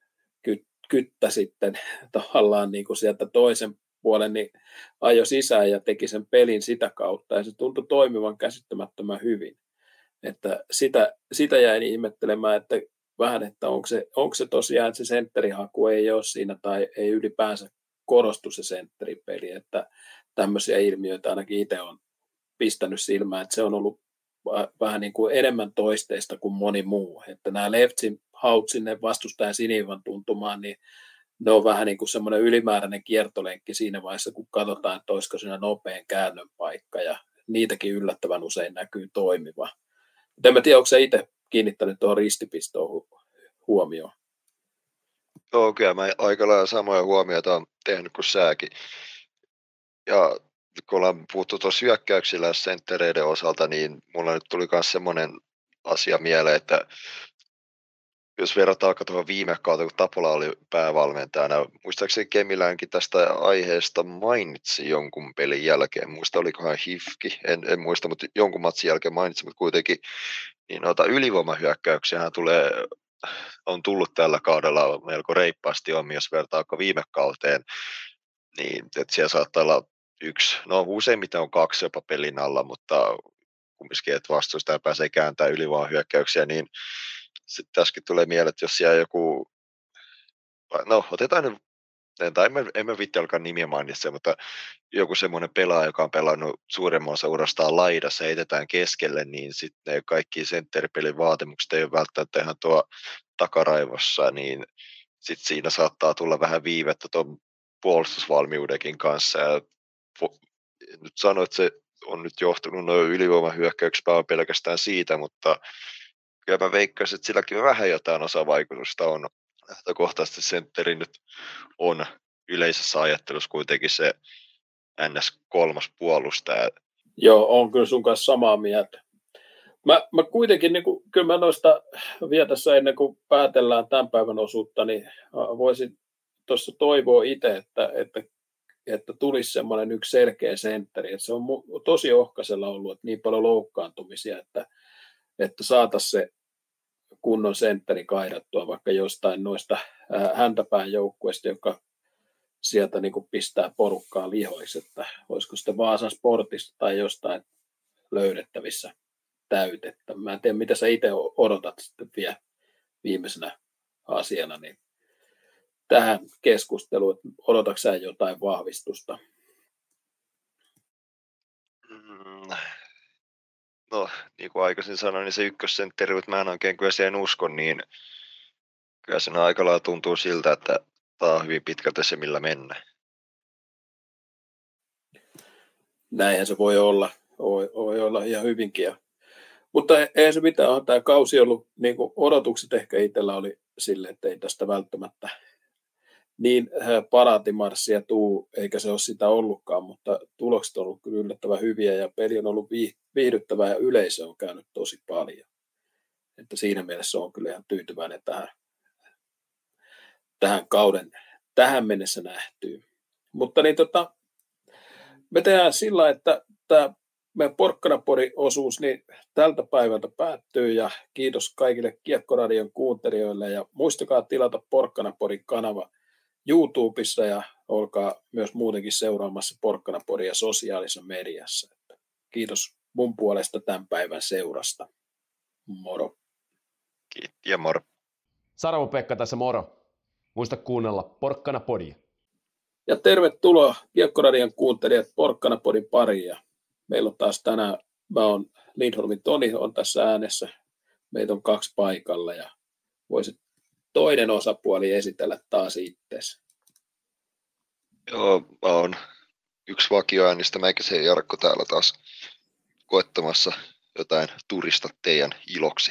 kyttä sitten tavallaan niin kuin sieltä toisen puolen, niin ajoi sisään ja teki sen pelin sitä kautta, ja se tuntui toimivan käsittämättömän hyvin. Että sitä jäin ihmettelemään, että vähän, että onko se tosiaan, että se sentterihaku ei ole siinä, tai ei ylipäänsä korostu se sentteripeli, että tämmöisiä ilmiöitä ainakin itse on pistänyt silmään, että se on ollut vähän niin kuin enemmän toisteista kuin moni muu, että nämä leftsin haut sinne vastustajan sinivan tuntumaan, niin ne on vähän niin kuin semmoinen ylimääräinen kiertolenkki siinä vaiheessa, kun katsotaan, että olisiko siinä nopean käännön paikka, ja niitäkin yllättävän usein näkyy toimiva. Mutta en mä tiedä, onko sä itse kiinnittänyt tuohon ristipistoon huomioon? Joo, kyllä mä aika lailla samoja huomioita olen tehnyt kuin säkin. Ja kun ollaan puhuttu tuossa hyökkäyksillä senttereiden osalta, niin mulla nyt tuli myös semmoinen asia mieleen, että jos verrataan alkaa tuohon viime kautta, kun Tapola oli päävalmentajana, muistaakseni Kemilänkin tästä aiheesta mainitsi jonkun pelin jälkeen, muista olikohan HIFki, en muista, mutta jonkun matsin jälkeen mainitsi, mutta kuitenkin niin ylivoimahyökkäyksiähän on tullut tällä kaudella melko reippaasti jos vertaa viime kauteen. niin että siellä saattaa olla yksi, no useimmiten on 2 jopa pelin alla, mutta kumminkin, että vastustaja pääsee kääntämään ylivoimahyökkäyksiä, niin sitten tässäkin tulee mieleen, että jos siellä joku, no otetaan nyt, tai en mä vitti alkaa nimiä mainitse, mutta joku semmoinen pelaaja, joka on pelannut suuremman osa urastaan laidassa, heitetään keskelle, niin sitten ne kaikki sentteripelin vaatimukset ei ole välttämättä ihan tuo takaraivossa, niin sitten siinä saattaa tulla vähän viivettä tuon puolustusvalmiudenkin kanssa. Ja nyt sanoin, että se on nyt johtunut noin ylivoimahyökkäyksistä pelkästään siitä, mutta kyllä mä veikkaisin, että silläkin vähän jotain osavaikutusta on. Lähtökohtaisesti sentteri nyt on yleisessä ajattelussa kuitenkin se NS3 puolustaja. Joo, on kyllä sun kanssa samaa mieltä. Mä kuitenkin, niin kyllä mä noista vielä tässä ennen kuin päätellään tämän päivän osuutta, niin voisin tuossa toivoa itse, että tulisi semmoinen yksi selkeä sentteri. Että se on tosi ohkaisella ollut, että niin paljon loukkaantumisia, että saataisiin se kunnon sentteri kaidattua vaikka jostain noista häntäpään joukkueista, joka sieltä niin kuin pistää porukkaa lihoiksi, että olisiko sitten Vaasan Sportista tai jostain löydettävissä täytettä. Mä en tiedä, mitä sä itse odotat sitten vielä viimeisenä asiana niin tähän keskusteluun, että odotatko sä jotain vahvistusta? No, niin kuin aikaisin sanoin, niin se ykkössentteri, mutta mä en oikein kyllä siihen usko, niin kyllä sen aika lailla tuntuu siltä, että tämä on hyvin pitkälti se, millä mennään. Näinhän se voi olla ihan hyvinkin. Mutta ei se mitään, on tämä kausi ollut, niin kuin odotukset ehkä itsellä oli sille, että ei tästä välttämättä niin paraatimarssia tuu, eikä se ole sitä ollutkaan, mutta tulokset on ollut kyllä yllättävän hyviä ja peli on ollut viihdyttävää ja yleisö on käynyt tosi paljon. Että siinä mielessä on kyllä ihan tyytyväinen tähän kauden tähän mennessä nähtyy. Mutta niin me tehdään sillä, että tämä meidän Porkkanapori-osuus niin tältä päivältä päättyy ja kiitos kaikille Kiekkoradion kuuntelijoille ja muistakaa tilata Porkkanaporin kanava YouTubessa ja olkaa myös muutenkin seuraamassa Porkkanaporia sosiaalisessa mediassa. Kiitos mun puolesta tämän päivän seurasta. Moro. Kiitti ja moro. Sarvo-Pekka tässä moro. Muista kuunnella Porkkanapodia. Ja tervetuloa Kiekkoradion kuuntelijat Porkkanapodin pariin. Meillä on taas tänään, mä oon Lindholmin Toni on tässä äänessä. Meitä on 2 paikalla ja voisit toinen osapuoli esitellä taas itseäsi. Joo, mä oon yksi vakioäänistä, Mäikäsen Jarkko täällä taas koettamassa jotain turista teidän iloksi.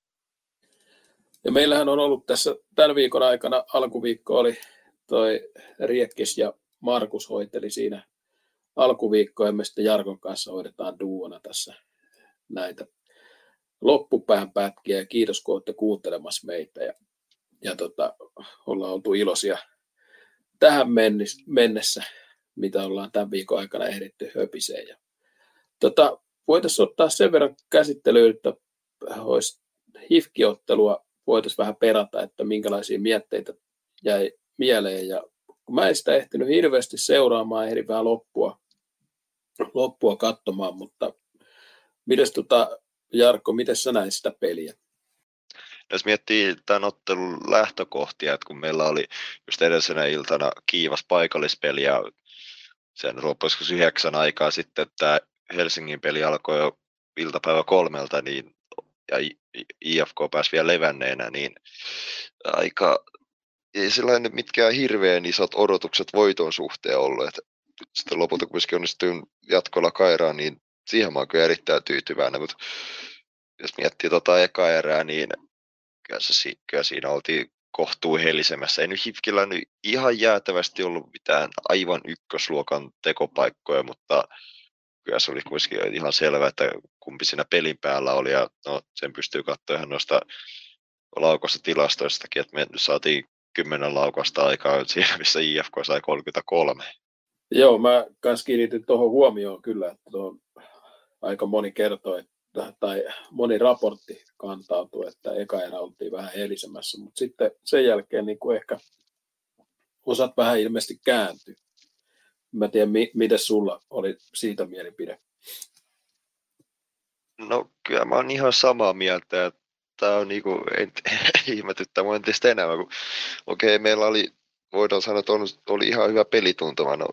Ja meillähän on ollut tässä tämän viikon aikana, alkuviikko oli toi Riekkis ja Markus hoiteli siinä alkuviikkoa, ja me sitten Jarkon kanssa hoidetaan duona tässä näitä loppupään pätkiä, ja kiitos kun olette kuuntelemassa meitä, ja ollaan oltu iloisia tähän mennessä, mitä ollaan tämän viikon aikana ehditty höpiseen. Ja voitaisiin ottaa sen verran käsittelyyn, että olisi HIFK-ottelua voitaisiin vähän perata, että minkälaisia mietteitä jäi mieleen, ja kun mä en sitä ehtinyt hirveästi seuraamaan, ehdin vähän loppua katsomaan, mutta mites Jarkko, miten sä näit sitä peliä? Jos miettii tämän ottelun lähtökohtia, että kun meillä oli just edellisenä iltana kiivas paikallispeli ja sen loppuisiko 9 aikaa sitten, että Helsingin peli alkoi jo iltapäivä 3, niin, ja IFK pääsi vielä levänneenä, niin aika ei sellainen mitkään hirveän isot odotukset voiton suhteen ollut, että sitten lopulta kuitenkin onnistuin jatkolla kairaan, niin siihen mä oon kyllä erittäin tyytyväinen, mutta jos miettii eka erää, niin kyllä siinä oltiin kohtuu helisemässä. Ei nyt HIFKillä nyt ihan jäätävästi ollut mitään aivan ykkösluokan tekopaikkoja, mutta kyllä se oli kuitenkin ihan selvä, että kumpi siinä pelin päällä oli, ja no, sen pystyy katsoa ihan noista laukosta tilastoistakin, että me nyt saatiin 10 laukasta aikaa siinä, missä IFK sai 33. Joo, mä kanssa kiinnitin tuohon huomioon kyllä, että aika moni kertoi, tai moni raportti kantautui, että eka erä oltiin vähän helisemässä, mutta sitten sen jälkeen niin kuin ehkä osat vähän ilmeisesti kääntyi. Mä tiedän, miten sulla oli siitä mielipide? No kyllä mä oon ihan samaa mieltä, että tää on niinku, ihmetyttää mua entistä enemmän, kun okei, meillä oli, voidaan sanoa, että oli ihan hyvä pelituntuma, no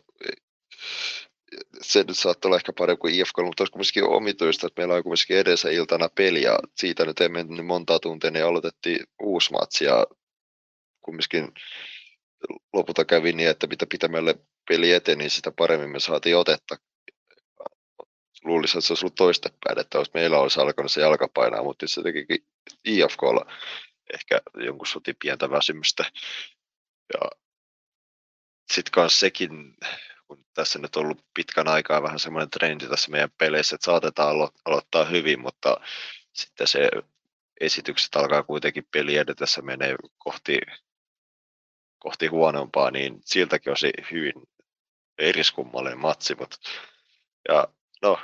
se nyt saattaa olla ehkä parempi kuin IFK, mutta olisi kuitenkin omituista, että meillä on kuitenkin edessä iltana peli, ja siitä nyt ei mennyt montaa tuntia, niin aloitettiin uusi matsi, ja kumminkin lopulta kävi niin, että mitä pitämälle peli eteni, niin sitä paremmin me saatiin otetta. Luulisin, että se olisi ollut toistepäin, että meillä olisi alkanut se jalkapainaa, mutta se tekikin IFK:lla ehkä jonkun sotin pientä väsymystä. Ja sitten kanssa sekin, kun tässä nyt on ollut pitkän aikaa vähän semmoinen trendi tässä meidän peleissä, että saatetaan aloittaa hyvin, mutta sitten se esitykset alkaa kuitenkin peli edetessä menee kohti huonompaa, niin siltäkin olisi hyvin eriskummallinen matsi. Ja no,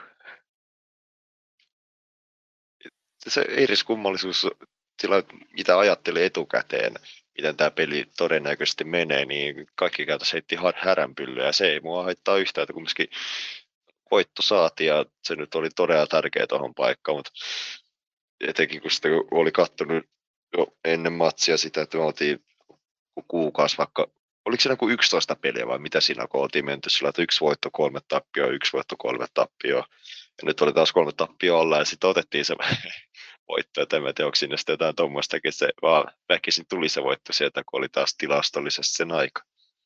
se eriskummallisuus, sillä mitä ajattelin etukäteen, miten tämä peli todennäköisesti menee, niin kaikki käytäisiin heitti häränpyllyä, ja se ei mua haittaa yhtään, että kumminkin voitto saatiin, ja se nyt oli todella tärkeä tuohon paikkaan, mutta etenkin kun sitä oli katsonut jo ennen matsia sitä, että me oltiin kuukausi vaikka, oliko siinä kuin 11 peliä vai mitä siinä, kun oltiin menty sillä, että 1 voitto, 3 tappioa, 1 voitto, 3 tappioa, ja nyt oli taas 3 tappioa olla, ja sitten otettiin se voitto, että en tiedä, onko siinä sitten jotain tuommoistakin, että se vaan väkisin tuli se voitto sieltä, kun oli taas tilastollisesti sen aika.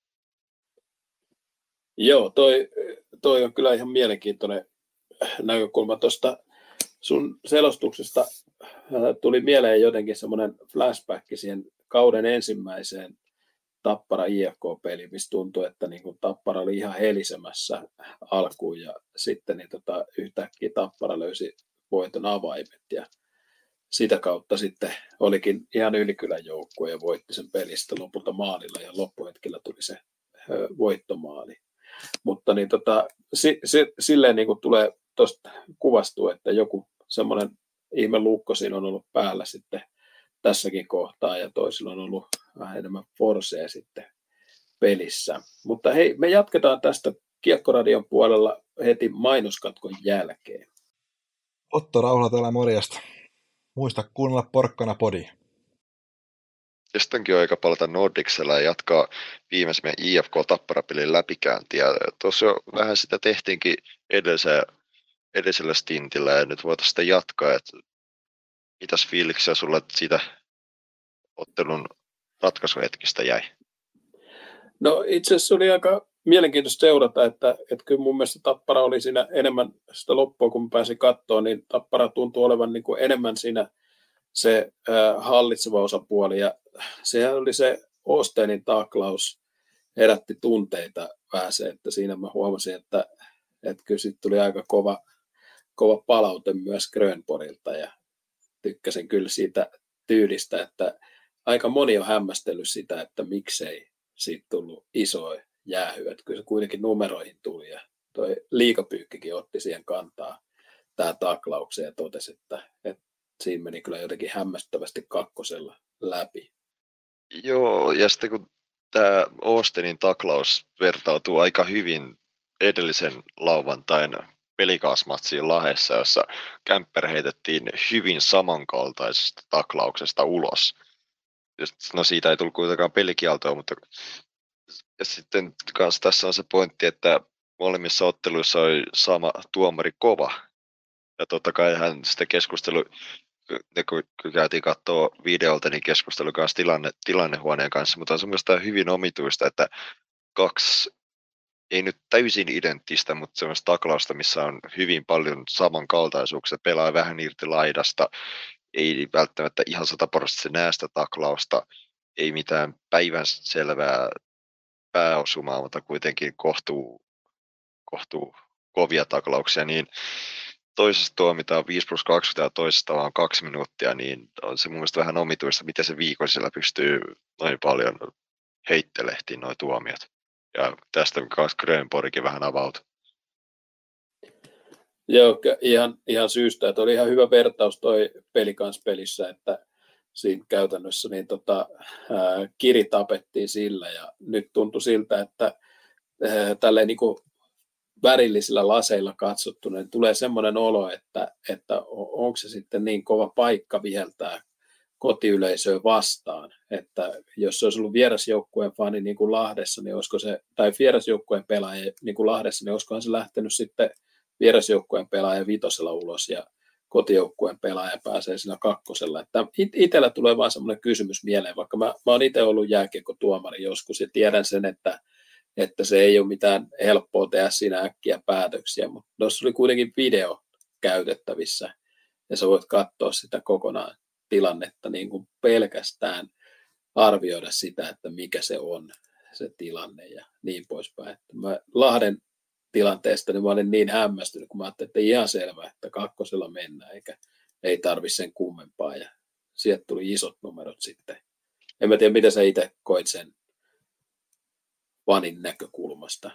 Joo, toi on kyllä ihan mielenkiintoinen näkökulma. Tuosta sun selostuksesta tuli mieleen jotenkin semmoinen flashback siihen kauden ensimmäiseen Tappara IFK-peliin, missä tuntui, että niin kuin Tappara oli ihan helisemässä alkuun ja sitten niin yhtäkkiä Tappara löysi voiton avaimet ja sitä kautta sitten olikin ihan ylikylän joukkue ja voitti sen pelistä lopulta maalilla ja loppuhetkellä tuli se voittomaali. Mutta niin silleen niin kuin tulee tuosta kuvastua, että joku semmoinen ihme lukko siinä on ollut päällä sitten tässäkin kohtaa ja toisilla on ollut vähän enemmän forsea sitten pelissä. Mutta hei, me jatketaan tästä Kiekkoradion puolella heti mainoskatkon jälkeen. Otto Rauhala täällä morjesta. Muista kuunnella Porkkana-podi. Ja sittenkin on aika palata Nordicsella ja jatkaa viimeisen IFK-Tappara-pelin läpikäyntiä. Tuossa jo vähän sitä tehtiinkin edellisellä stintillä ja nyt voitaisiin sitä jatkaa. Että mitäs fiiliksiä sulla siitä ottelun ratkaisuhetkistä jäi? No itse asiassa oli aika mielenkiintoista seurata, että kyllä mun mielestä Tappara oli siinä enemmän sitä loppua, kun pääsin katsoa, niin Tappara tuntui olevan niin kuin enemmän siinä se hallitseva osapuoli. Ja sehän oli se Osteinin taklaus, herätti tunteita pääsee, että siinä mä huomasin, että kyllä sitten tuli aika kova palaute myös Grönborgilta ja tykkäsin kyllä siitä tyylistä, että aika moni on hämmästellyt sitä, että miksei siitä tullut isoja jäähyä. Että kyllä se kuitenkin numeroihin tuli ja toi Liigapyykkikin otti siihen kantaa tähän taklaukseen ja totesi, että siinä meni kyllä jotenkin hämmästävästi kakkosella läpi. Joo, ja sitten kun tämä Osteinin taklaus vertautuu aika hyvin edellisen lauantain pelikaasmatsiin Lahdessa, jossa Kämppär heitettiin hyvin samankaltaisesta taklauksesta ulos. No siitä ei tullut kuitenkaan pelikieltoa, mutta ja sitten kanssa tässä on se pointti, että molemmissa otteluissa oli sama tuomari kova. Ja totta kai hän sitten keskustelu, kun käytiin katsoa videolta, niin keskustelu kanssa tilannehuoneen kanssa, mutta on semmoista hyvin omituista, että kaksi ei nyt täysin identtistä, mutta semmoista taklausta, missä on hyvin paljon samankaltaisuuksia, pelaa vähän irti laidasta, ei välttämättä ihan 100% näe sitä taklausta, ei mitään päivänselvää pääosumaa, mutta kuitenkin kohtuu kovia taklauksia, niin toisesta tuomitaan 5+20 ja toisesta vaan 2 minuuttia, niin on se mun mielestä vähän omituista, miten se viikoisella pystyy noin paljon heittelehtiin nuo tuomiot. Ja tästä myös Grönborgkin vähän avautui. Joo, ihan syystä, että oli ihan hyvä vertaus toi pelikanspelissä, että siinä käytännössä niin Kiri tapettiin sillä ja nyt tuntui siltä, että tälleen niin kuin värillisillä laseilla katsottuna, niin tulee semmoinen olo, että onko se sitten niin kova paikka viheltää kotiyleisöä vastaan, että jos se olisi ollut vierasjoukkueen fani niin kuin Lahdessa, niin olisiko se, tai vierasjoukkueen pelaaja niin kuin Lahdessa, niin olisikohan se lähtenyt sitten vierasjoukkueen pelaaja vitosella ulos ja kotijoukkueen pelaaja pääsee siinä kakkosella. Että itsellä tulee vaan semmoinen kysymys mieleen, vaikka mä oon itse ollut jääkiekkotuomari joskus ja tiedän sen, että se ei ole mitään helppoa tehdä siinä äkkiä päätöksiä, mutta tuossa oli kuitenkin video käytettävissä ja sä voit katsoa sitä kokonaan tilannetta niin kuin pelkästään arvioida sitä, että mikä se on se tilanne ja niin poispäin. Että mä Lahden tilanteesta niin mä olin niin hämmästynyt, kun mä ajattelin, että ihan selvä, että kakkosella mennään eikä ei tarvitse sen kummempaa ja sieltä tuli isot numerot sitten. En mä tiedä, mitä sä itse koit sen vanin näkökulmasta.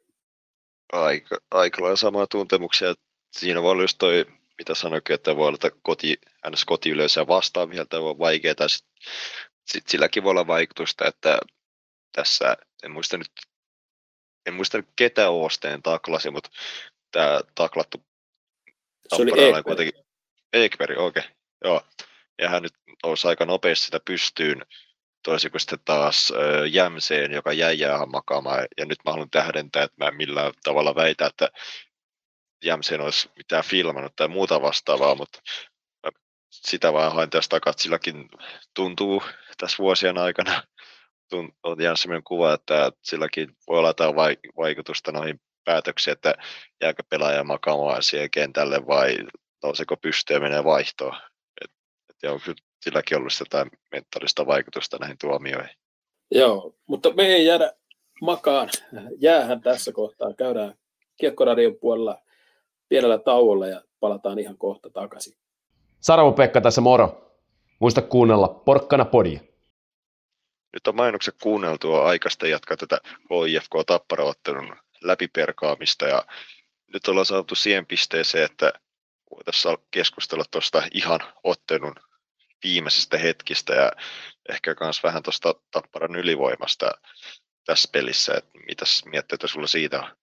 Aika lailla samaa tuntemuksia. Siinä voi olla just toi, mitä sanoikin, että voi olla kotiyleisöä vastaan mieltä on vaikeaa. Sitten silläkin voi olla vaikutusta, että tässä, en muista nyt ketä Oosteen taklasi, mutta tämä taklattu Tappara kuitenkin Ekberg, okei. Joo. Ja hän nyt nousi aika nopeasti sitä pystyyn, toisin kuin sitten taas Jämseen, joka jäi jäähän makaamaan. Ja nyt mä haluan tähdentää, että mä en millään tavalla väitä, että Jämseen olisi mitään filmannut tai muuta vastaavaa, mutta sitä vaan hain tästä takaa, että silläkin tuntuu tässä vuosien aikana. On jäänyt sellainen kuva, että silläkin voi olla jotain vaikutusta noihin päätöksiin, että jääkö pelaaja makaamaan siihen kentälle vai nouseko pystyyn ja menee vaihtoon. Ja on kyllä silläkin ollut jotain mentaalista vaikutusta näihin tuomioihin. Joo, mutta me ei jäädä makaan. Jäähän tässä kohtaa. Käydään Kiekkoradion puolella pienellä tauolla ja palataan ihan kohta takaisin. Sarvo-Pekka tässä moro. Muista kuunnella Porkkana-podia. Nyt on mainokset kuunneltua aikaista jatkaa tätä HIFK Tappara-ottelun läpiperkaamista ja nyt ollaan saatu siihen pisteeseen, että voitaisiin keskustella tuosta ihan ottelun viimeisistä hetkistä ja ehkä myös vähän tuosta Tapparan ylivoimasta tässä pelissä, että mitäs mietteitä sulla siitä on?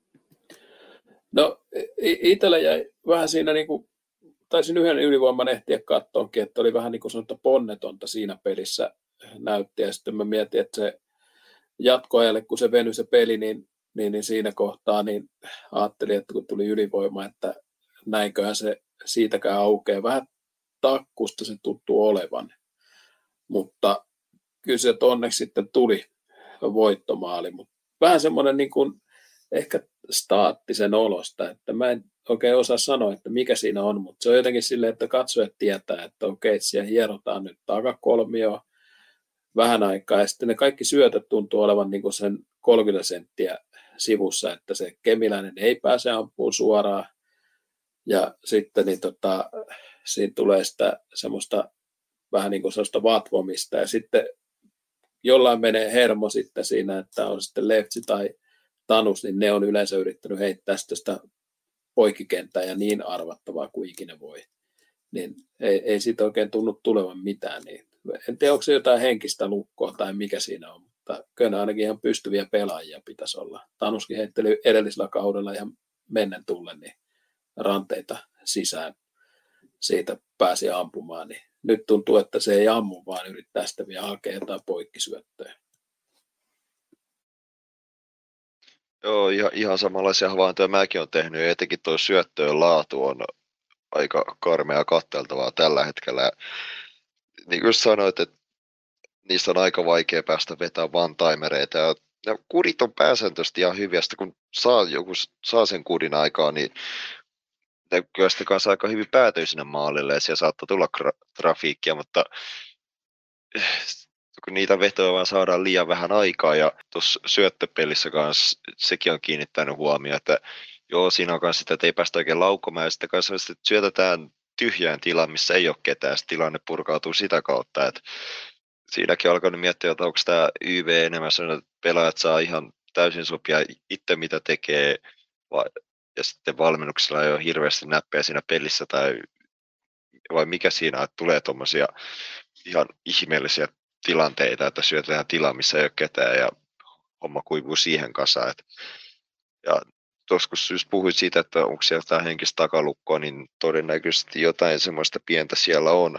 No itsellä jäi vähän siinä, niin kuin, taisin yhden ylivoiman ehtiä katsoonkin, että oli vähän niin kuin sanottu ponnetonta siinä pelissä näytti ja sitten mä mietin, että se jatkoajalle, kun se venyi se peli, niin siinä kohtaa niin ajattelin, että kun tuli ylivoima, että näinköhän se siitäkään aukeaa. Vähän takkusta se tuttu olevan, mutta kyllä se onneksi sitten tuli voittomaali, mutta vähän semmoinen niin kuin ehkä staattisen olosta, että mä en oikein osaa sanoa, että mikä siinä on, mutta se on jotenkin silleen, että katsojat tietää, että okei, siellä hierotaan nyt takakolmio vähän aikaa, ja sitten ne kaikki syötöt tuntuu olevan niin kuin sen 30 senttiä sivussa, että se Kemiläinen ei pääse ampumaan suoraan, ja sitten niin siinä tulee sitä semmoista vähän niin kuin sellaista vatvomista, ja sitten jollain menee hermo sitten siinä, että on sitten Leftsi tai Tanus, niin ne on yleensä yrittänyt heittää sitä poikkikenttää ja niin arvattavaa kuin ikinä voi. Niin ei siitä oikein tunnu tulevan mitään. Niin en tiedä, onko se jotain henkistä lukkoa tai mikä siinä on, mutta kyllä ainakin ihan pystyviä pelaajia pitäisi olla. Tanuskin heitteli edellisellä kaudella ihan mennen tullen niin ranteita sisään. Siitä pääsi ampumaan. Niin nyt tuntuu, että se ei ammu, vaan yrittää sitä vielä hakea jotain poikkisyöttöjä. Joo, ihan samanlaisia havaintoja mäkin olen tehnyt, ja etenkin tuo syöttöön laatu on aika karmea katteltavaa tällä hetkellä. Niin kuin sanoit, että niistä on aika vaikea päästä vetämään one-timereita, ja kudit on pääsääntöisesti ihan hyviä, kun saa sen kudin aikaa, niin ne kyllä sitten kanssa aika hyvin päätyy sinne maalille, ja siellä saattaa tulla trafiikkia, mutta kun niitä vetoja vaan saadaan liian vähän aikaa, ja tuossa syöttöpelissä kanssa sekin on kiinnittänyt huomioon, että joo, siinä on kanssa sitä, että ei päästä oikein laukomaan, ja sitten kanssa että syötetään tyhjään tilaan, missä ei ole ketään, ja tilanne purkautuu sitä kautta, että siinäkin alkaa nyt miettiä, että onko tämä YV enemmän sellainen, että pelaajat saa ihan täysin sopia itse mitä tekee, ja sitten valmennuksella ei ole hirveästi näppejä siinä pelissä, vai mikä siinä, että tulee tuommoisia ihan ihmeellisiä tilanteita, että syötetään tilaa, missä ei ole ketään, ja homma kuivuu siihen kasaan. Ja tuossa kun just puhuit siitä, että onko siellä jotain henkistä takalukkoa, niin todennäköisesti jotain semmoista pientä siellä on.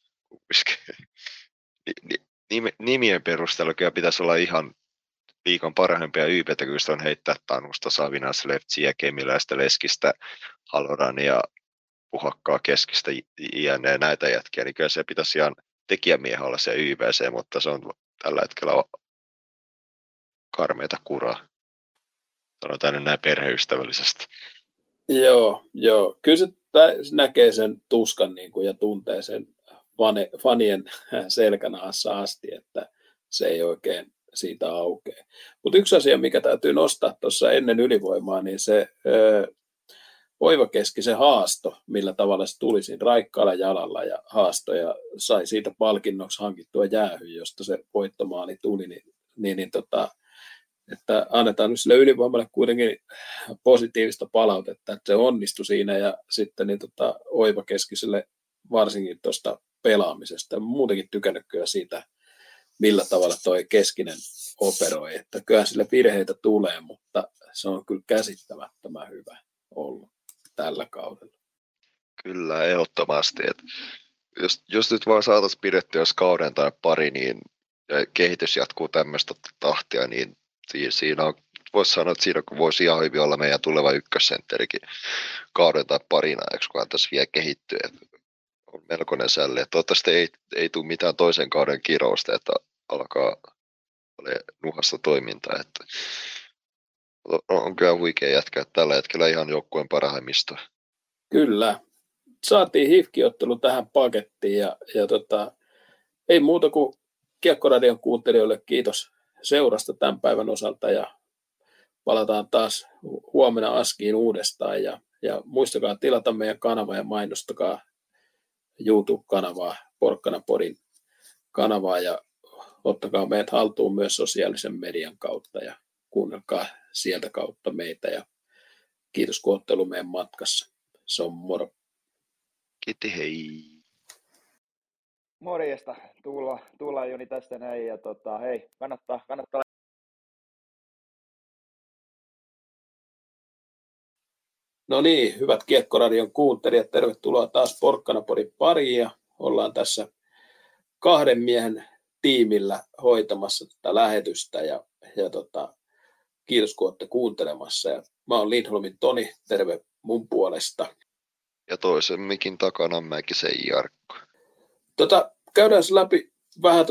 Nimien perusteella kyllä pitäisi olla ihan liigan parhaimpia YP:tä, kun on heittää Tanusta, Savinas, Leftsiä, Kemiläistä, Leskistä, Halorania, Puhakkaa, Keskistä, jne. Näitä jätkiä, niin kyllä se pitäisi ihan tekijämiehen olla se YVC, mutta se on tällä hetkellä karmeita kuraa. Sanotaan nyt näin perheystävällisesti. Joo. Kyllä se näkee sen tuskan niin kuin, ja tuntee sen fanien selkänahassa asti, että se ei oikein siitä aukea. Mutta yksi asia, mikä täytyy nostaa tuossa ennen ylivoimaa, niin se Oivakeskisen haasto, millä tavalla se tuli siinä raikkaalla jalalla ja haasto ja sai siitä palkinnoksi hankittua jäähyn, josta se voittomaali tuli, että annetaan nyt sille ylivoimalle kuitenkin positiivista palautetta, että se onnistui siinä ja sitten Oivakeskiselle varsinkin tuosta pelaamisesta. Muutenkin tykännyt kyllä siitä, millä tavalla toi Keskinen operoi, että kyllä sille virheitä tulee, mutta se on kyllä käsittämättömän hyvä ollut tällä kaudella. Kyllä, ehdottomasti. Jos nyt vaan saataisiin pidettyä jos kauden tai pari, niin ja kehitys jatkuu tämmöistä tahtia, niin siinä on, voisi sanoa, että siinä voisi ihan hyvin olla meidän tuleva ykkössentterikin kauden tai parin ajaksi, kun tässä vielä kehittyy. On melkoinen sälli. Toivottavasti ei tule mitään toisen kauden kirousta, että alkaa olla nuhasta toimintaa. Että on kyllä huikea jätkä. Tällä hetkellä ihan joukkueen parhaimmista. Kyllä. Saatiin HIFK-ottelu tähän pakettiin ja ei muuta kuin Kiekkoradion kuuntelijoille kiitos seurasta tämän päivän osalta ja palataan taas huomenna Askiin uudestaan ja muistakaa tilata meidän kanava ja mainostakaa YouTube-kanavaa, Porkkanapodin kanavaa ja ottakaa meidät haltuun myös sosiaalisen median kautta ja kuunnelkaa sieltä kautta meitä ja kiitos kun ootte ollut meidän matkassa. Se on moro. Kiitti, hei. Morjesta, Tuula Joni tästä näin ja hei, kannattaa. No niin, hyvät Kiekkoradion kuuntelijat, tervetuloa taas Porkkanapodin pariin ja ollaan tässä 2 miehen tiimillä hoitamassa tätä lähetystä ja kiitos kun olette kuuntelemassa ja mä oon Lindholmin Toni, terve mun puolesta. Ja toisen mikin takana Mäkisen Jarkko. Käydään läpi vähän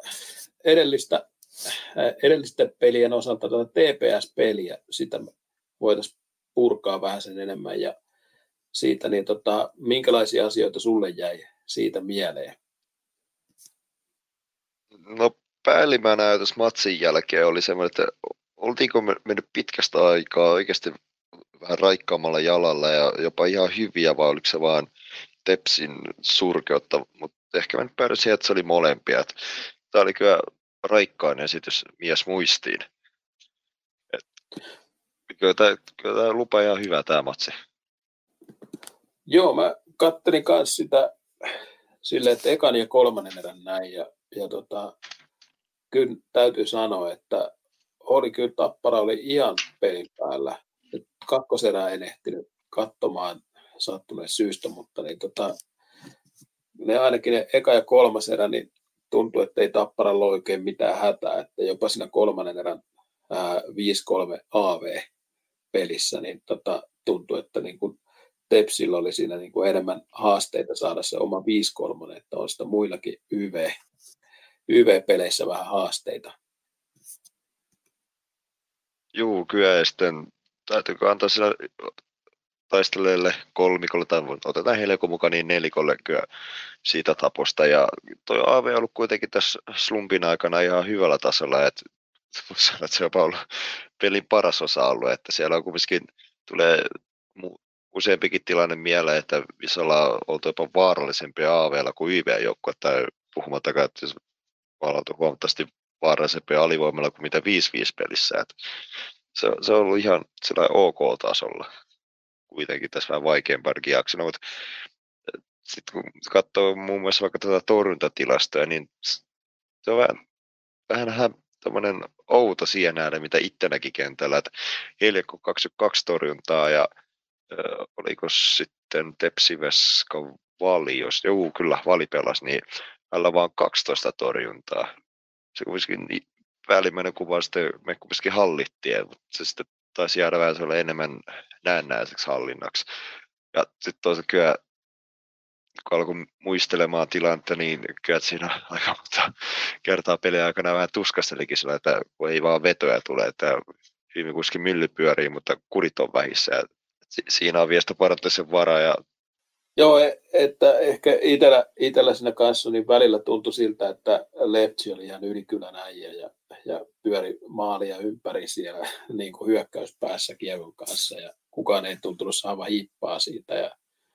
edellisten pelien osalta TPS-peliä, sitä voitaisiin purkaa vähän sen enemmän ja siitä, niin minkälaisia asioita sulle jäi siitä mieleen? No päällimmäinen ajatus matsin jälkeen oli semmoinen, että oltiinko me mennyt pitkästä aikaa oikeasti vähän raikkaammalla jalalla ja jopa ihan hyviä, vai oliko se vaan Tepsin surkeutta, mutta ehkä mä nyt päädyin siihen, että se oli molempia. Tämä oli kyllä raikkainen esitys mies muistiin. Kyllä tämä lupaa ihan hyvä tämä matsi. Joo, mä katselin myös sitä silleen, että ekan ja kolmannen erän näin ja kyllä täytyy sanoa, että oli kyllä Tappara oli ihan pelin päällä. Kakkoserää en ehtinyt katsomaan sattuneen syystä, mutta ne ainakin ne eka ja kolmas erä, niin tuntui, että ei Tapparalla ole oikein mitään hätää, että jopa siinä kolmannen erän 5-3 AV-pelissä, niin tuntui, että niin kuin Tepsillä oli siinä niin kuin enemmän haasteita saada se oma 5-3, että on sitä muillakin YV-peleissä vähän haasteita. Juu, kyllä ja sitten täytyykö antaa sillä taistelijoille kolmikolle, tai otetaan Helko mukaan niin nelikolle kyllä siitä taposta. Ja toi AV on ollut kuitenkin tässä slumpin aikana ihan hyvällä tasolla, että sanoa, että se on ollut pelin paras osa-alue, että siellä on kumminkin tulee useampikin tilanne mieleen, että missä ollaan oltu jopa vaarallisempia AV:lla kuin YV-joukkue, tai puhumattakaan, että ollaan oltu huomattavasti vaarallisempia alivoimalla kuin mitä 5-5 pelissä. Että se on ollut ihan sellainen OK-tasolla kuitenkin tässä vähän vaikeampanakin jaksona, mutta sitten kun katsoo muun muassa vaikka tätä torjuntatilastoja, niin se on vähän tämmöinen outo sienääne, mitä itse näki kentällä, että Hiljakko 22 torjuntaa ja oliko sitten Tepsi-Veska Vali, jos kyllä Vali pelasi, niin hänellä vaan 12 torjuntaa. Se kuitenkin välimmäinen kuva sitten me kuitenkin hallittiin, mutta se sitten taisi jäädä vähän enemmän näennäiseksi hallinnaksi. Ja sitten toisaalta kyllä, kun alkoi muistelemaan tilannetta, niin kyllä siinä aika monta kertaa pelin aikana vähän tuskastelikin sillä, että ei vaan vetoja tule, että hyvin kuitenkin mylly pyörii, mutta kudit on vähissä. Ja siinä on viestä parantamisen varaa. Ja... Joo, että ehkä itsellä siinä kanssa niin välillä tuntui siltä, että Lepsi oli ihan ylikylän äijä ja pyöri maalia ympäri siellä niin kuin hyökkäyspäässä kiekon kanssa ja kukaan ei tuntunut saavan hippaa siitä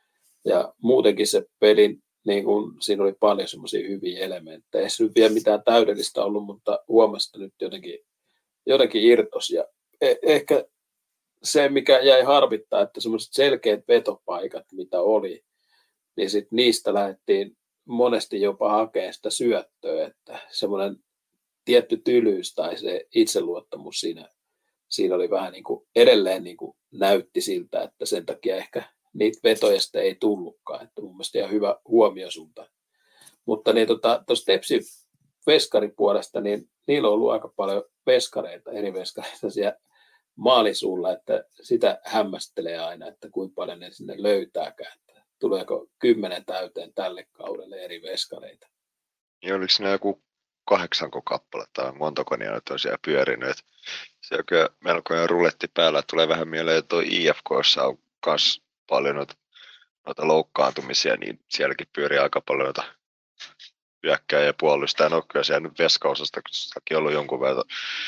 ja muutenkin se pelin, niin kuin, siinä oli paljon semmoisia hyviä elementtejä. Ei se nyt vielä mitään täydellistä ollut, mutta huomasi, että nyt jotenkin irtos ja ehkä se, mikä jäi harvittaa, että semmoiset selkeät vetopaikat, mitä oli, niin sitten niistä lähdettiin monesti jopa hakemaan sitä syöttöä, että semmoinen tietty tylyys tai se itseluottamus siinä oli vähän niin kuin edelleen niin kuin näytti siltä, että sen takia ehkä niitä vetoja ei tullutkaan, että mun mielestä ihan hyvä huomio sulta. Mutta niin tuossa Tepsin veskaripuolesta, niin niillä on ollut aika paljon veskareita, eri veskareita siellä maalisuulla, että sitä hämmästelee aina, että kuinka paljon ne sinne löytääkään. Tuleeko 10 täyteen tälle kaudelle eri veskareita? Niin oliko siinä joku 8 kappaletta tai montako niitä on siellä pyörinyt. Se on kyllä melkoinen ruletti päällä. Tulee vähän mieleen, että tuo IFK, jossa on myös paljon noita loukkaantumisia, niin sielläkin pyörii aika paljon noita hyökkääjä ja puolustaa. No kyllä siellä nyt veskaosastakin ollut jonkun verran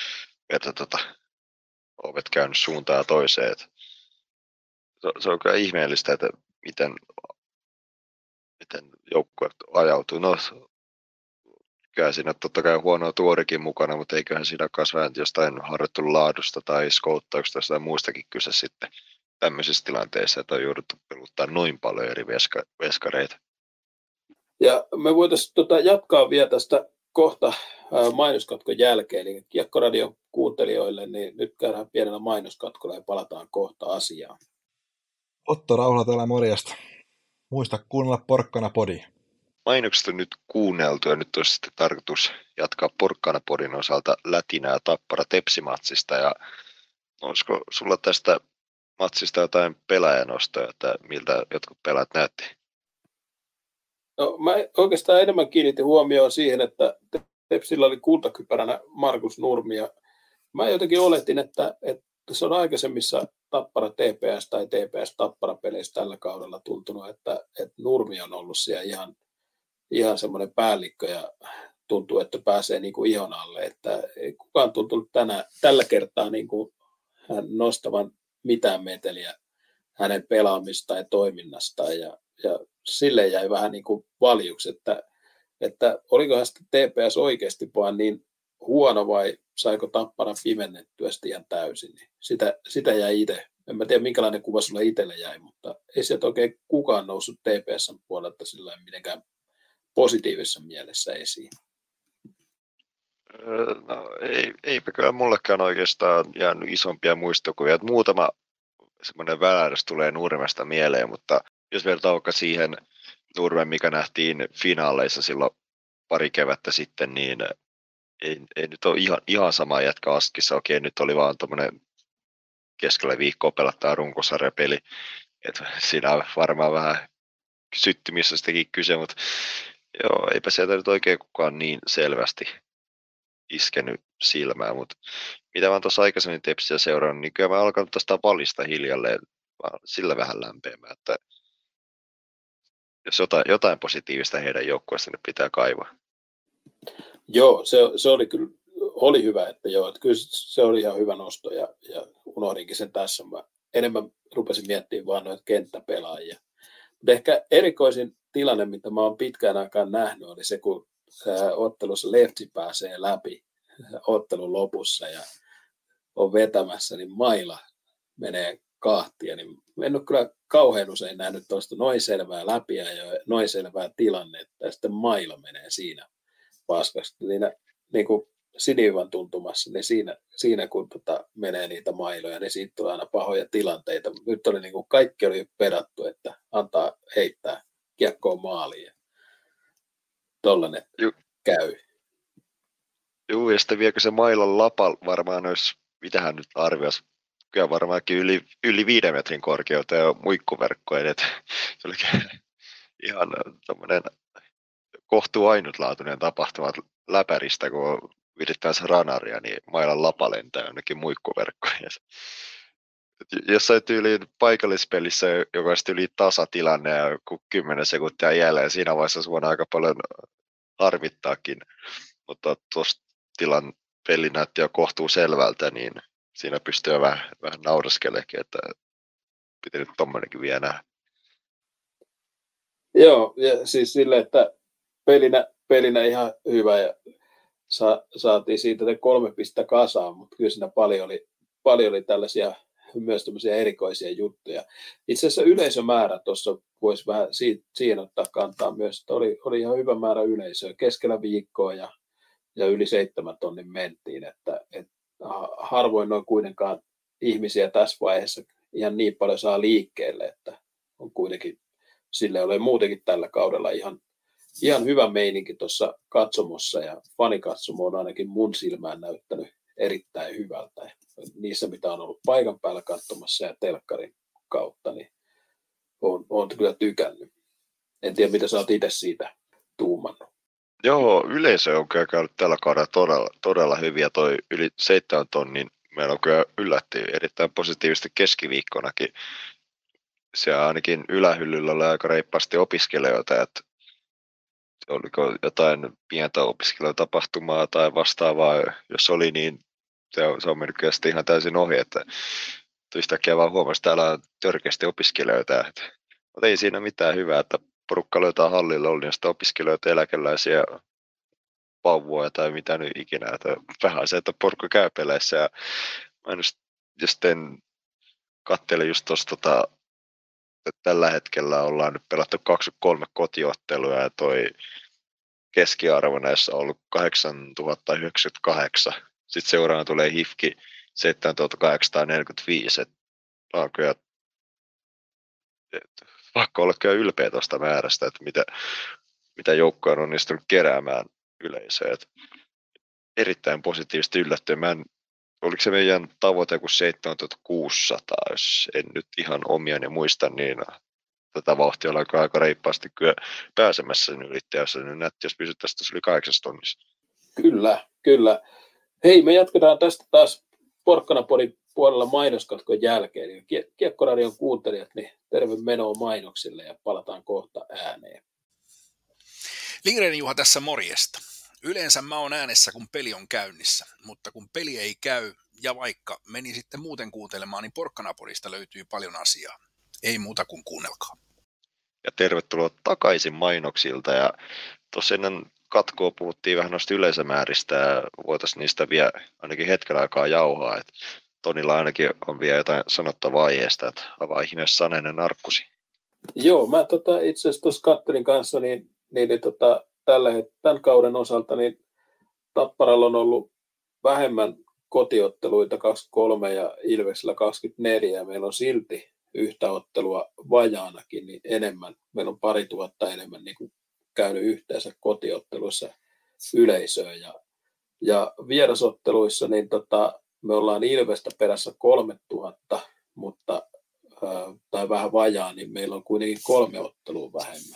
ovet käynyt suuntaan ja toiseen. Se on kyllä ihmeellistä, että miten joukkue ajautuu. No, kyllä siinä totta kai huonoa tuorikin mukana, mutta eiköhän siinä kasvaa jostain harjoittelun laadusta tai skouttauksesta tai muustakin kyse sitten tämmöisissä tilanteissa, että on jouduttu peluttaa noin paljon eri veskareita. Ja me voitaisiin jatkaa vielä tästä kohta mainoskatkon jälkeen, eli Kiekkoradion kuuntelijoille, niin nyt käydään pienellä mainoskatkolla ja palataan kohta asiaan. Otto Rauhala täällä morjesta. Muista kuunnella Porkkana-podia. Mainokset on nyt kuunneltu ja nyt olisi sitten tarkoitus jatkaa Porkkana-podin osalta Lätinää Tappara Tepsi-matsista. Ja olisiko sulla tästä matsista jotain pelaajanostoja, että miltä jotkut pelaat näytti? No, mä oikeastaan enemmän kiinnitin huomioon siihen, että Tepsillä oli kultakypäränä Markus Nurmi. Ja mä jotenkin oletin, että se on aikaisemmissa Tappara TPS tai TPS Tappara peleissä tällä kaudella tuntunut, että Nurmi on ollut siellä ihan semmoinen päällikkö ja tuntuu, että pääsee niin kuin ihon alle. Että ei kukaan tuntunut tällä kertaa niin kuin hän nostavan mitään meteliä hänen pelaamista ja toiminnastaan. Ja sille jäi vähän niin kuin valjuksi, että olikohan sitten TPS oikeasti vaan niin huono vai saiko Tappara pimennettyä sitten ihan täysin. Sitä jäi itse. En mä tiedä, minkälainen kuva sulla itselle jäi, mutta ei sieltä oikein kukaan noussut TPS:n puolelta sillä mitenkään positiivisessa mielessä esiin. No, eipä kyllä mullekaan oikeastaan jäänyt isompia muistokuvia. Muutama semmoinen välähdys tulee Nurmesta mieleen, mutta jos vertaa vaikka siihen Nurmen, mikä nähtiin finaaleissa silloin pari kevättä sitten, niin ei nyt ole ihan sama jätkä askissa. Okei, nyt oli vaan tuommoinen keskellä viikkoa pelattaa runkosarjapeli. Siinä on varmaan vähän syttymisestäkin kyse, mutta joo, eipä sieltä nyt oikein kukaan niin selvästi iskenyt silmään. Mutta mitä mä tuossa aikaisemmin Tepsiä seurannut, niin kyllä mä alkanut tästä valista hiljalleen sillä vähän lämpeämään, että jos jotain positiivista heidän joukkueesta nyt pitää kaivaa. Joo, se oli kyllä hyvä, että joo, että kyllä se oli ihan hyvä nosto ja unohdinkin sen tässä. Mä enemmän rupesin miettimään vaan noita kenttäpelaajia. Mutta ehkä erikoisin tilanne, mitä mä oon pitkään aikaan nähnyt, oli se, kun ottelussa Lefti pääsee läpi ottelun lopussa ja on vetämässä, niin maila menee kahtia. Niin en ole kyllä kauhean usein nähnyt tuosta noin selvää läpiä ja noin selvää tilannetta ja sitten maila menee siinä paskaksi. Niin kuin sinivan tuntumassa, niin siinä kun menee niitä mailoja, niin siitä tulee aina pahoja tilanteita. Nyt oli niin kuin kaikki oli pedattu, että antaa heittää kiekkoon maaliin. Tollainen käy. Juu, ja sitten viekö se mailan lapa varmaan olisi, mitähän nyt arvioisi, kyllä varmaankin yli 5 metrin korkeuteen ja muikkuverkkoja, että se oli ihan tämmöinen kohtuu ainutlaatuinen tapahtuma läpäristä, kun virittää se ranaria, niin mailan lapa lentää jonnekin muikkuverkkoja. Jossain tyyliin paikallispelissä, joka olisi tyyliin tasatilanne ja 10 sekuntia jälleen, siinä vaiheessa se voidaan aika paljon harmittaakin, mutta tuossa tilan peli näytti jo kohtuu selvältä, niin siinä pystyy vähän nauraskelemaan, että piti nyt tommonenkin vielä nähdä. Joo, ja siis sille, että pelinä ihan hyvä ja saatiin siitä 3 pistettä kasaan, mutta kyllä siinä paljon oli tällaisia myös tämmöisiä erikoisia juttuja. Itse asiassa yleisömäärä tuossa voisi vähän siihen ottaa kantaa myös, että oli ihan hyvä määrä yleisöä keskellä viikkoa ja yli 7 tonnin mentiin, että harvoin noin kuitenkaan ihmisiä tässä vaiheessa ihan niin paljon saa liikkeelle, että on kuitenkin sille ole muutenkin tällä kaudella ihan hyvä meininki tuossa katsomossa ja fanikatsomo on ainakin mun silmään näyttänyt erittäin hyvältä. Niissä, mitä on ollut paikan päällä katsomassa ja telkkarin kautta, niin on kyllä tykännyt. En tiedä, mitä sä oot itse siitä tuumannut. Joo, yleisö on kyllä käynyt tällä kaudella todella hyviä. Toi yli 7 tonnin meillä on kyllä yllätti erittäin positiivisesti keskiviikkonakin. Siellä ainakin ylähyllyllä oli aika reippaasti opiskelijoita, että oliko jotain pientä opiskelijatapahtumaa tai vastaavaa, jos oli, niin se on mennyt kyllä ihan täysin ohi, että yhtäkkiä vaan huomasi, että täällä on törkeästi opiskelijoita, mutta ei siinä mitään hyvää, että porukka löytää hallille, oli niistä opiskelijoita, eläkeläisiä, vauvoja tai mitä nyt ikinä, että vähän se, että porukka käy peleissä ja mä just katselin just tuosta, että tällä hetkellä ollaan nyt pelattu 23 kotiottelua ja toi keskiarvo näissä on ollut 8098. Sitten seuraavana tulee HIFK 7845. On kyllä pakko olla kyllä ylpeä tuosta määrästä, että mitä joukkoja on onnistunut keräämään yleisöä. Erittäin positiivisesti yllättyä. Oliko se meidän tavoite kuin 7600, jos en nyt ihan omiani muista, niin tätä vauhtia ollaan aika reippaasti kyllä pääsemässä sen ylittäjässä. Nyt näytti, jos pysyttäisiin tuossa yli 8 tonnissa. Kyllä. Hei, me jatketaan tästä taas Porkkanapodin puolella mainoskatkon jälkeen. Kiekkoradion kuuntelijat, niin terve menoa mainoksille ja palataan kohta ääneen. Lindgren Juha tässä morjesta. Yleensä mä oon äänessä, kun peli on käynnissä, mutta kun peli ei käy ja vaikka meni sitten muuten kuuntelemaan, niin Porkkanapodista löytyy paljon asiaa. Ei muuta kuin kuunnelkaa. Ja tervetuloa takaisin mainoksilta. Ja tuossa ennen katkoa puhuttiin vähän noista yleisömääristä ja voitaisiin niistä vielä ainakin hetken aikaa jauhaa. Et Tonilla ainakin on vielä jotain sanottavaa aiheesta, että avaa ihmeessä sanainen arkkusi. Joo, mä itse asiassa tuossa kattelin kanssa, niin tämän kauden osalta niin Tapparalla on ollut vähemmän kotiotteluita 23 ja Ilveksellä 24 ja meillä on silti yhtä ottelua vajaanakin niin enemmän. Meillä on 2000 enemmän niin kuin käynyt yhteensä kotiotteluissa yleisöä ja vierasotteluissa niin me ollaan Ilvestä perässä 3000, mutta tai vähän vajaa, niin meillä on kuitenkin 3 ottelua vähemmän.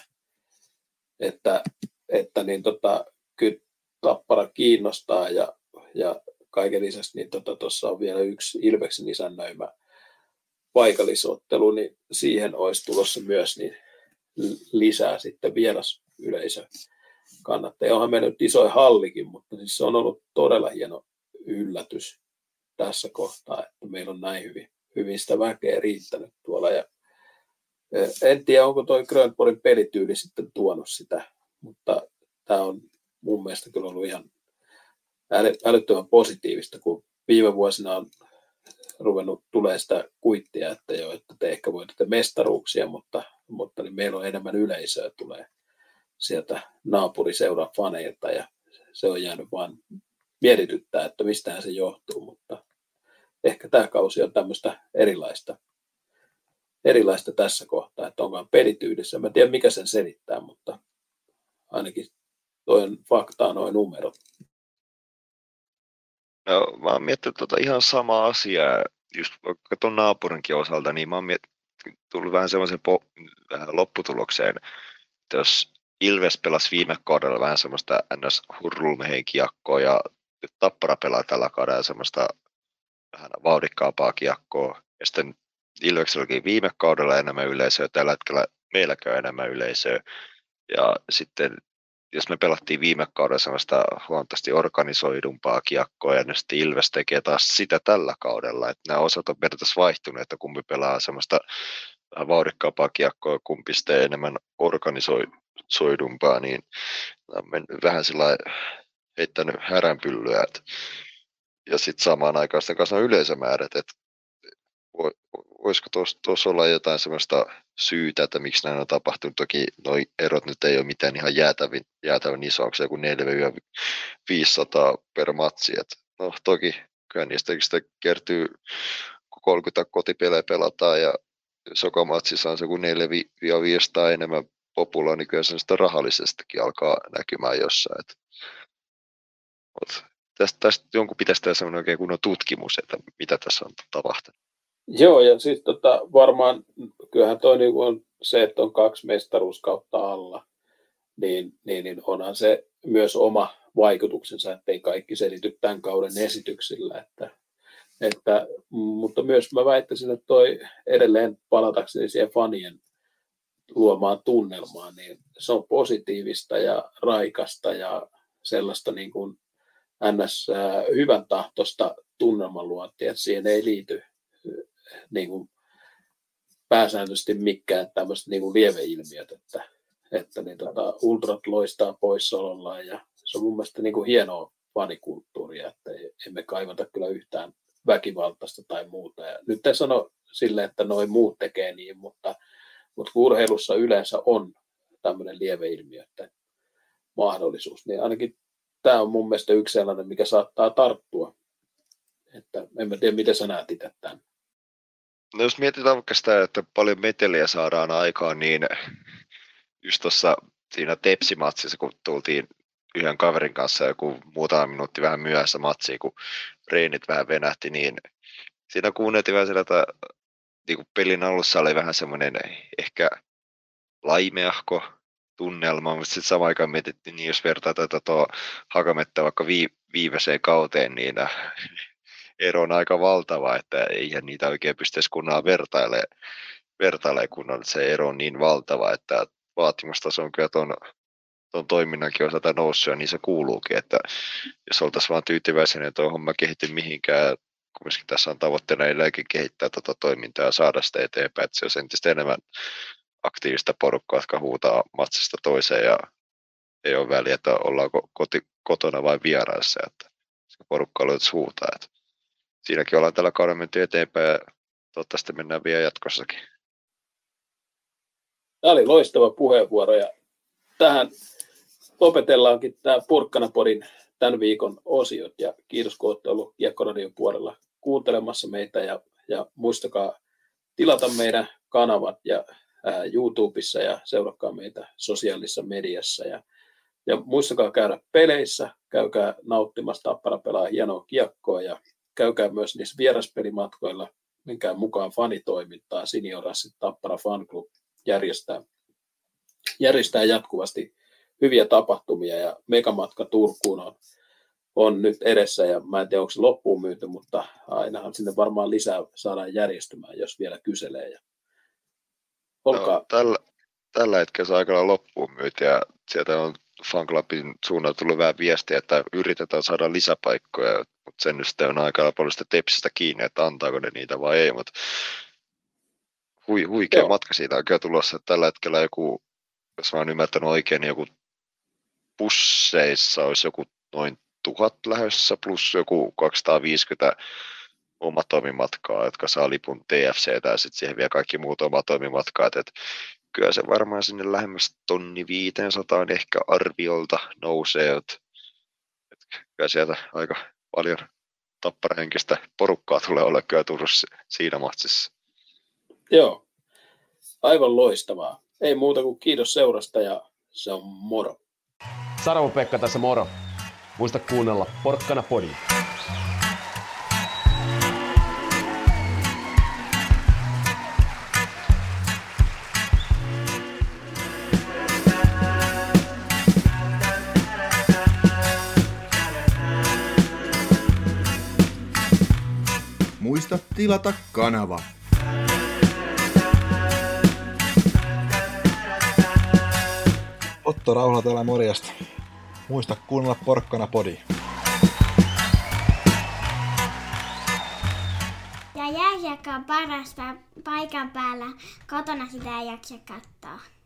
Että niin kyllä Tappara kiinnostaa ja kaiken lisäksi niin tuossa on vielä yksi Ilveksen isännöimä paikallisottelu, niin siihen olisi tulossa myös niin lisää sitten vierasyleisö kannattaa. Onhan meillä nyt isoin hallikin, mutta siis se on ollut todella hieno yllätys tässä kohtaa, että meillä on näin hyvin sitä väkeä riittänyt tuolla. Ja en tiedä, onko toi Grönborgin pelityyli sitten tuonut sitä, mutta tämä on mun mielestä kyllä ollut ihan älyttömän positiivista, kun viime vuosina on ruvennut tulee sitä kuittia, että te ehkä voitatte mestaruuksia, mutta niin meillä on enemmän yleisöä tulee sieltä naapuriseuran faneilta ja se on jäänyt vain mietityttää, että mistähän se johtuu, mutta ehkä tämä kausi on tämmöistä erilaista tässä kohtaa, että onkaan pelityydissä. Mä en tiedä, mikä sen selittää, mutta ainakin toi on faktaa, noin numerot. No, mä oon miettinyt ihan samaa asiaa, just vaikka tuon naapurinkin osalta, niin mä oon tullut vähän semmoisen lopputulokseen, että jos Ilves pelasi viime kaudella vähän semmoista NS-hurlumheen-kiekkoa ja nyt Tappara pelaa tällä kaudella semmoista vähän vauhdikkaampaa kiekkoa, ja sitten Ilvekselläkin viime kaudella enemmän yleisöä, tällä hetkellä meilläkin on enemmän yleisöä, ja sitten jos me pelattiin viime kaudella semmoista huomattavasti organisoidumpaa kiekkoa, ja nyt sitten Ilves tekee taas sitä tällä kaudella, että nämä osat on periaatteessa vaihtunut, että kumpi pelaa semmoista vähän vauhdikkaampaa kiekkoa, kumpi sitten enemmän organisoidumpaa, niin on vähän sillä heittänyt häränpyllyä, ja sitten samaan aikaan sitten kanssa on yleisömäärät, että voisiko tuossa olla jotain sellaista syytä, että miksi näin on tapahtunut. Toki nuo erot nyt ei ole mitään ihan jäätävän iso, onko se joku 400-500 per matsi. No toki kyllä niistä kertyy, kun 30 kotipelejä pelataan ja jos joka matsissa on se joku 400-500 enemmän populaa, niin kyllä se sitä rahallisestakin alkaa näkymään jossain. Tästä jonkun pitäisi tehdä sellainen oikein kunnon tutkimus, että mitä tässä on tapahtunut. Joo, ja siis varmaan kyllähän toi niin on se, että on 2 mestaruuskautta alla, niin onhan se myös oma vaikutuksensa, ettei kaikki selity tämän kauden esityksillä. Mutta myös mä väittäisin, että toi edelleen palatakseni siihen fanien luomaan tunnelmaan, niin se on positiivista ja raikasta ja sellaista niin kuin ns. Hyvän tahtoista tunnelmanluontia, että siihen ei liity niin kuin pääsääntöisesti mikään tämmöiset niin kuin lieveilmiöt, että ultrat loistaa poissaolollaan ja se on mun mielestä niin kuin hienoa fanikulttuuria, että emme kaivata kyllä yhtään väkivaltaista tai muuta. Ja nyt en sano silleen, että noi muut tekee niin, mutta urheilussa yleensä on tämmöinen lieveilmiö, että mahdollisuus, niin ainakin tämä on mun mielestä yksi sellainen, mikä saattaa tarttua. Että en mä tiedä, miten sä näet itse tämän. No jos mietitään vaikka sitä, että paljon meteliä saadaan aikaan, niin just tuossa siinä Tepsi-matsissa, kun tultiin yhden kaverin kanssa joku muutama minuutti vähän myöhässä matsiin, kun reenit vähän venähti, niin siinä kuunneltiin vähän sillä, että niin kuin pelin alussa oli vähän semmoinen ehkä laimeahko tunnelma, mutta sitten samaan aikaan mietittiin, niin jos vertaa tätä Hakametta vaikka viimeiseen kauteen, niin ero on aika valtava, että eihän niitä oikein pystyisi kunnolla vertailemaan kunnolla, että se ero on niin valtava, että vaatimustaso on kyllä tuon toiminnankin osalta noussut, ja niin se kuuluukin, että jos oltaisiin vaan tyytyväisiä, niin tuo homma kehitty mihinkään, kumminkin tässä on tavoitteena edelleenkin kehittää tätä toimintaa ja saada sitä eteenpäin, että se olisi entistä enemmän aktiivista porukkaa, jotka huutaa matsista toiseen ja ei ole väliä, että ollaanko kotona vai vieraissa, että se porukka aloitaisi huutaa. Että siinäkin ollaan tällä kaudella menty eteenpäin ja toivottavasti mennään vielä jatkossakin. Tämä oli loistava puheenvuoro ja tähän lopetellaankin tämä Porkkanapodin tämän viikon osiot ja kiitos kun olette ollut Kiekko-radion puolella kuuntelemassa meitä ja muistakaa tilata meidän kanavat ja YouTubessa ja seuratkaa meitä sosiaalisessa mediassa ja muistakaa käydä peleissä, käykää nauttimassa, Tappara pelaa hienoa kiekkoa ja käykää myös niissä vieraspelimatkoilla, menkää mukaan fanitoimintaa, Seniorassit Tappara Fan Club järjestää jatkuvasti hyviä tapahtumia ja megamatka Turkuun on nyt edessä ja mä en tiedä onko se loppuun myyty, mutta ainahan sinne varmaan lisää saadaan järjestymään, jos vielä kyselee. No, tällä hetkellä se on aika loppuun myyty ja sieltä on fanclubin suunnalta tullut vähän viestiä, että yritetään saada lisäpaikkoja, mutta sen nyt on aika paljon sitä Tepsistä kiinni, että antaako ne niitä vai ei, mutta huikea matka siitä on kyllä tulossa. Tällä hetkellä joku, jos mä oon ymmärtänyt oikein, niin joku busseissa olisi joku noin 1000 lähdössä plus joku 250 omatoimimatkaa, jotka saa lipun TFC:tä ja sitten siihen vielä kaikki muut omatoimimatkaat. Et kyllä se varmaan sinne lähemmäs 1500 ehkä arviolta nousee. Et kyllä sieltä aika paljon tapparahenkistä porukkaa tulee olla kyllä Turussa siinä matsissa. Joo, aivan loistavaa. Ei muuta kuin kiitos seurasta ja se on moro. Sarvo-Pekka tässä moro. Muista kuunnella Porkkana Podi. Muista tilata kanava. Otto Rauhala täällä morjesta. Muista kuunnella Porkkana Podi. Ja jääkiekko on parasta paikan päällä. Kotona sitä ei jaksa katsoa.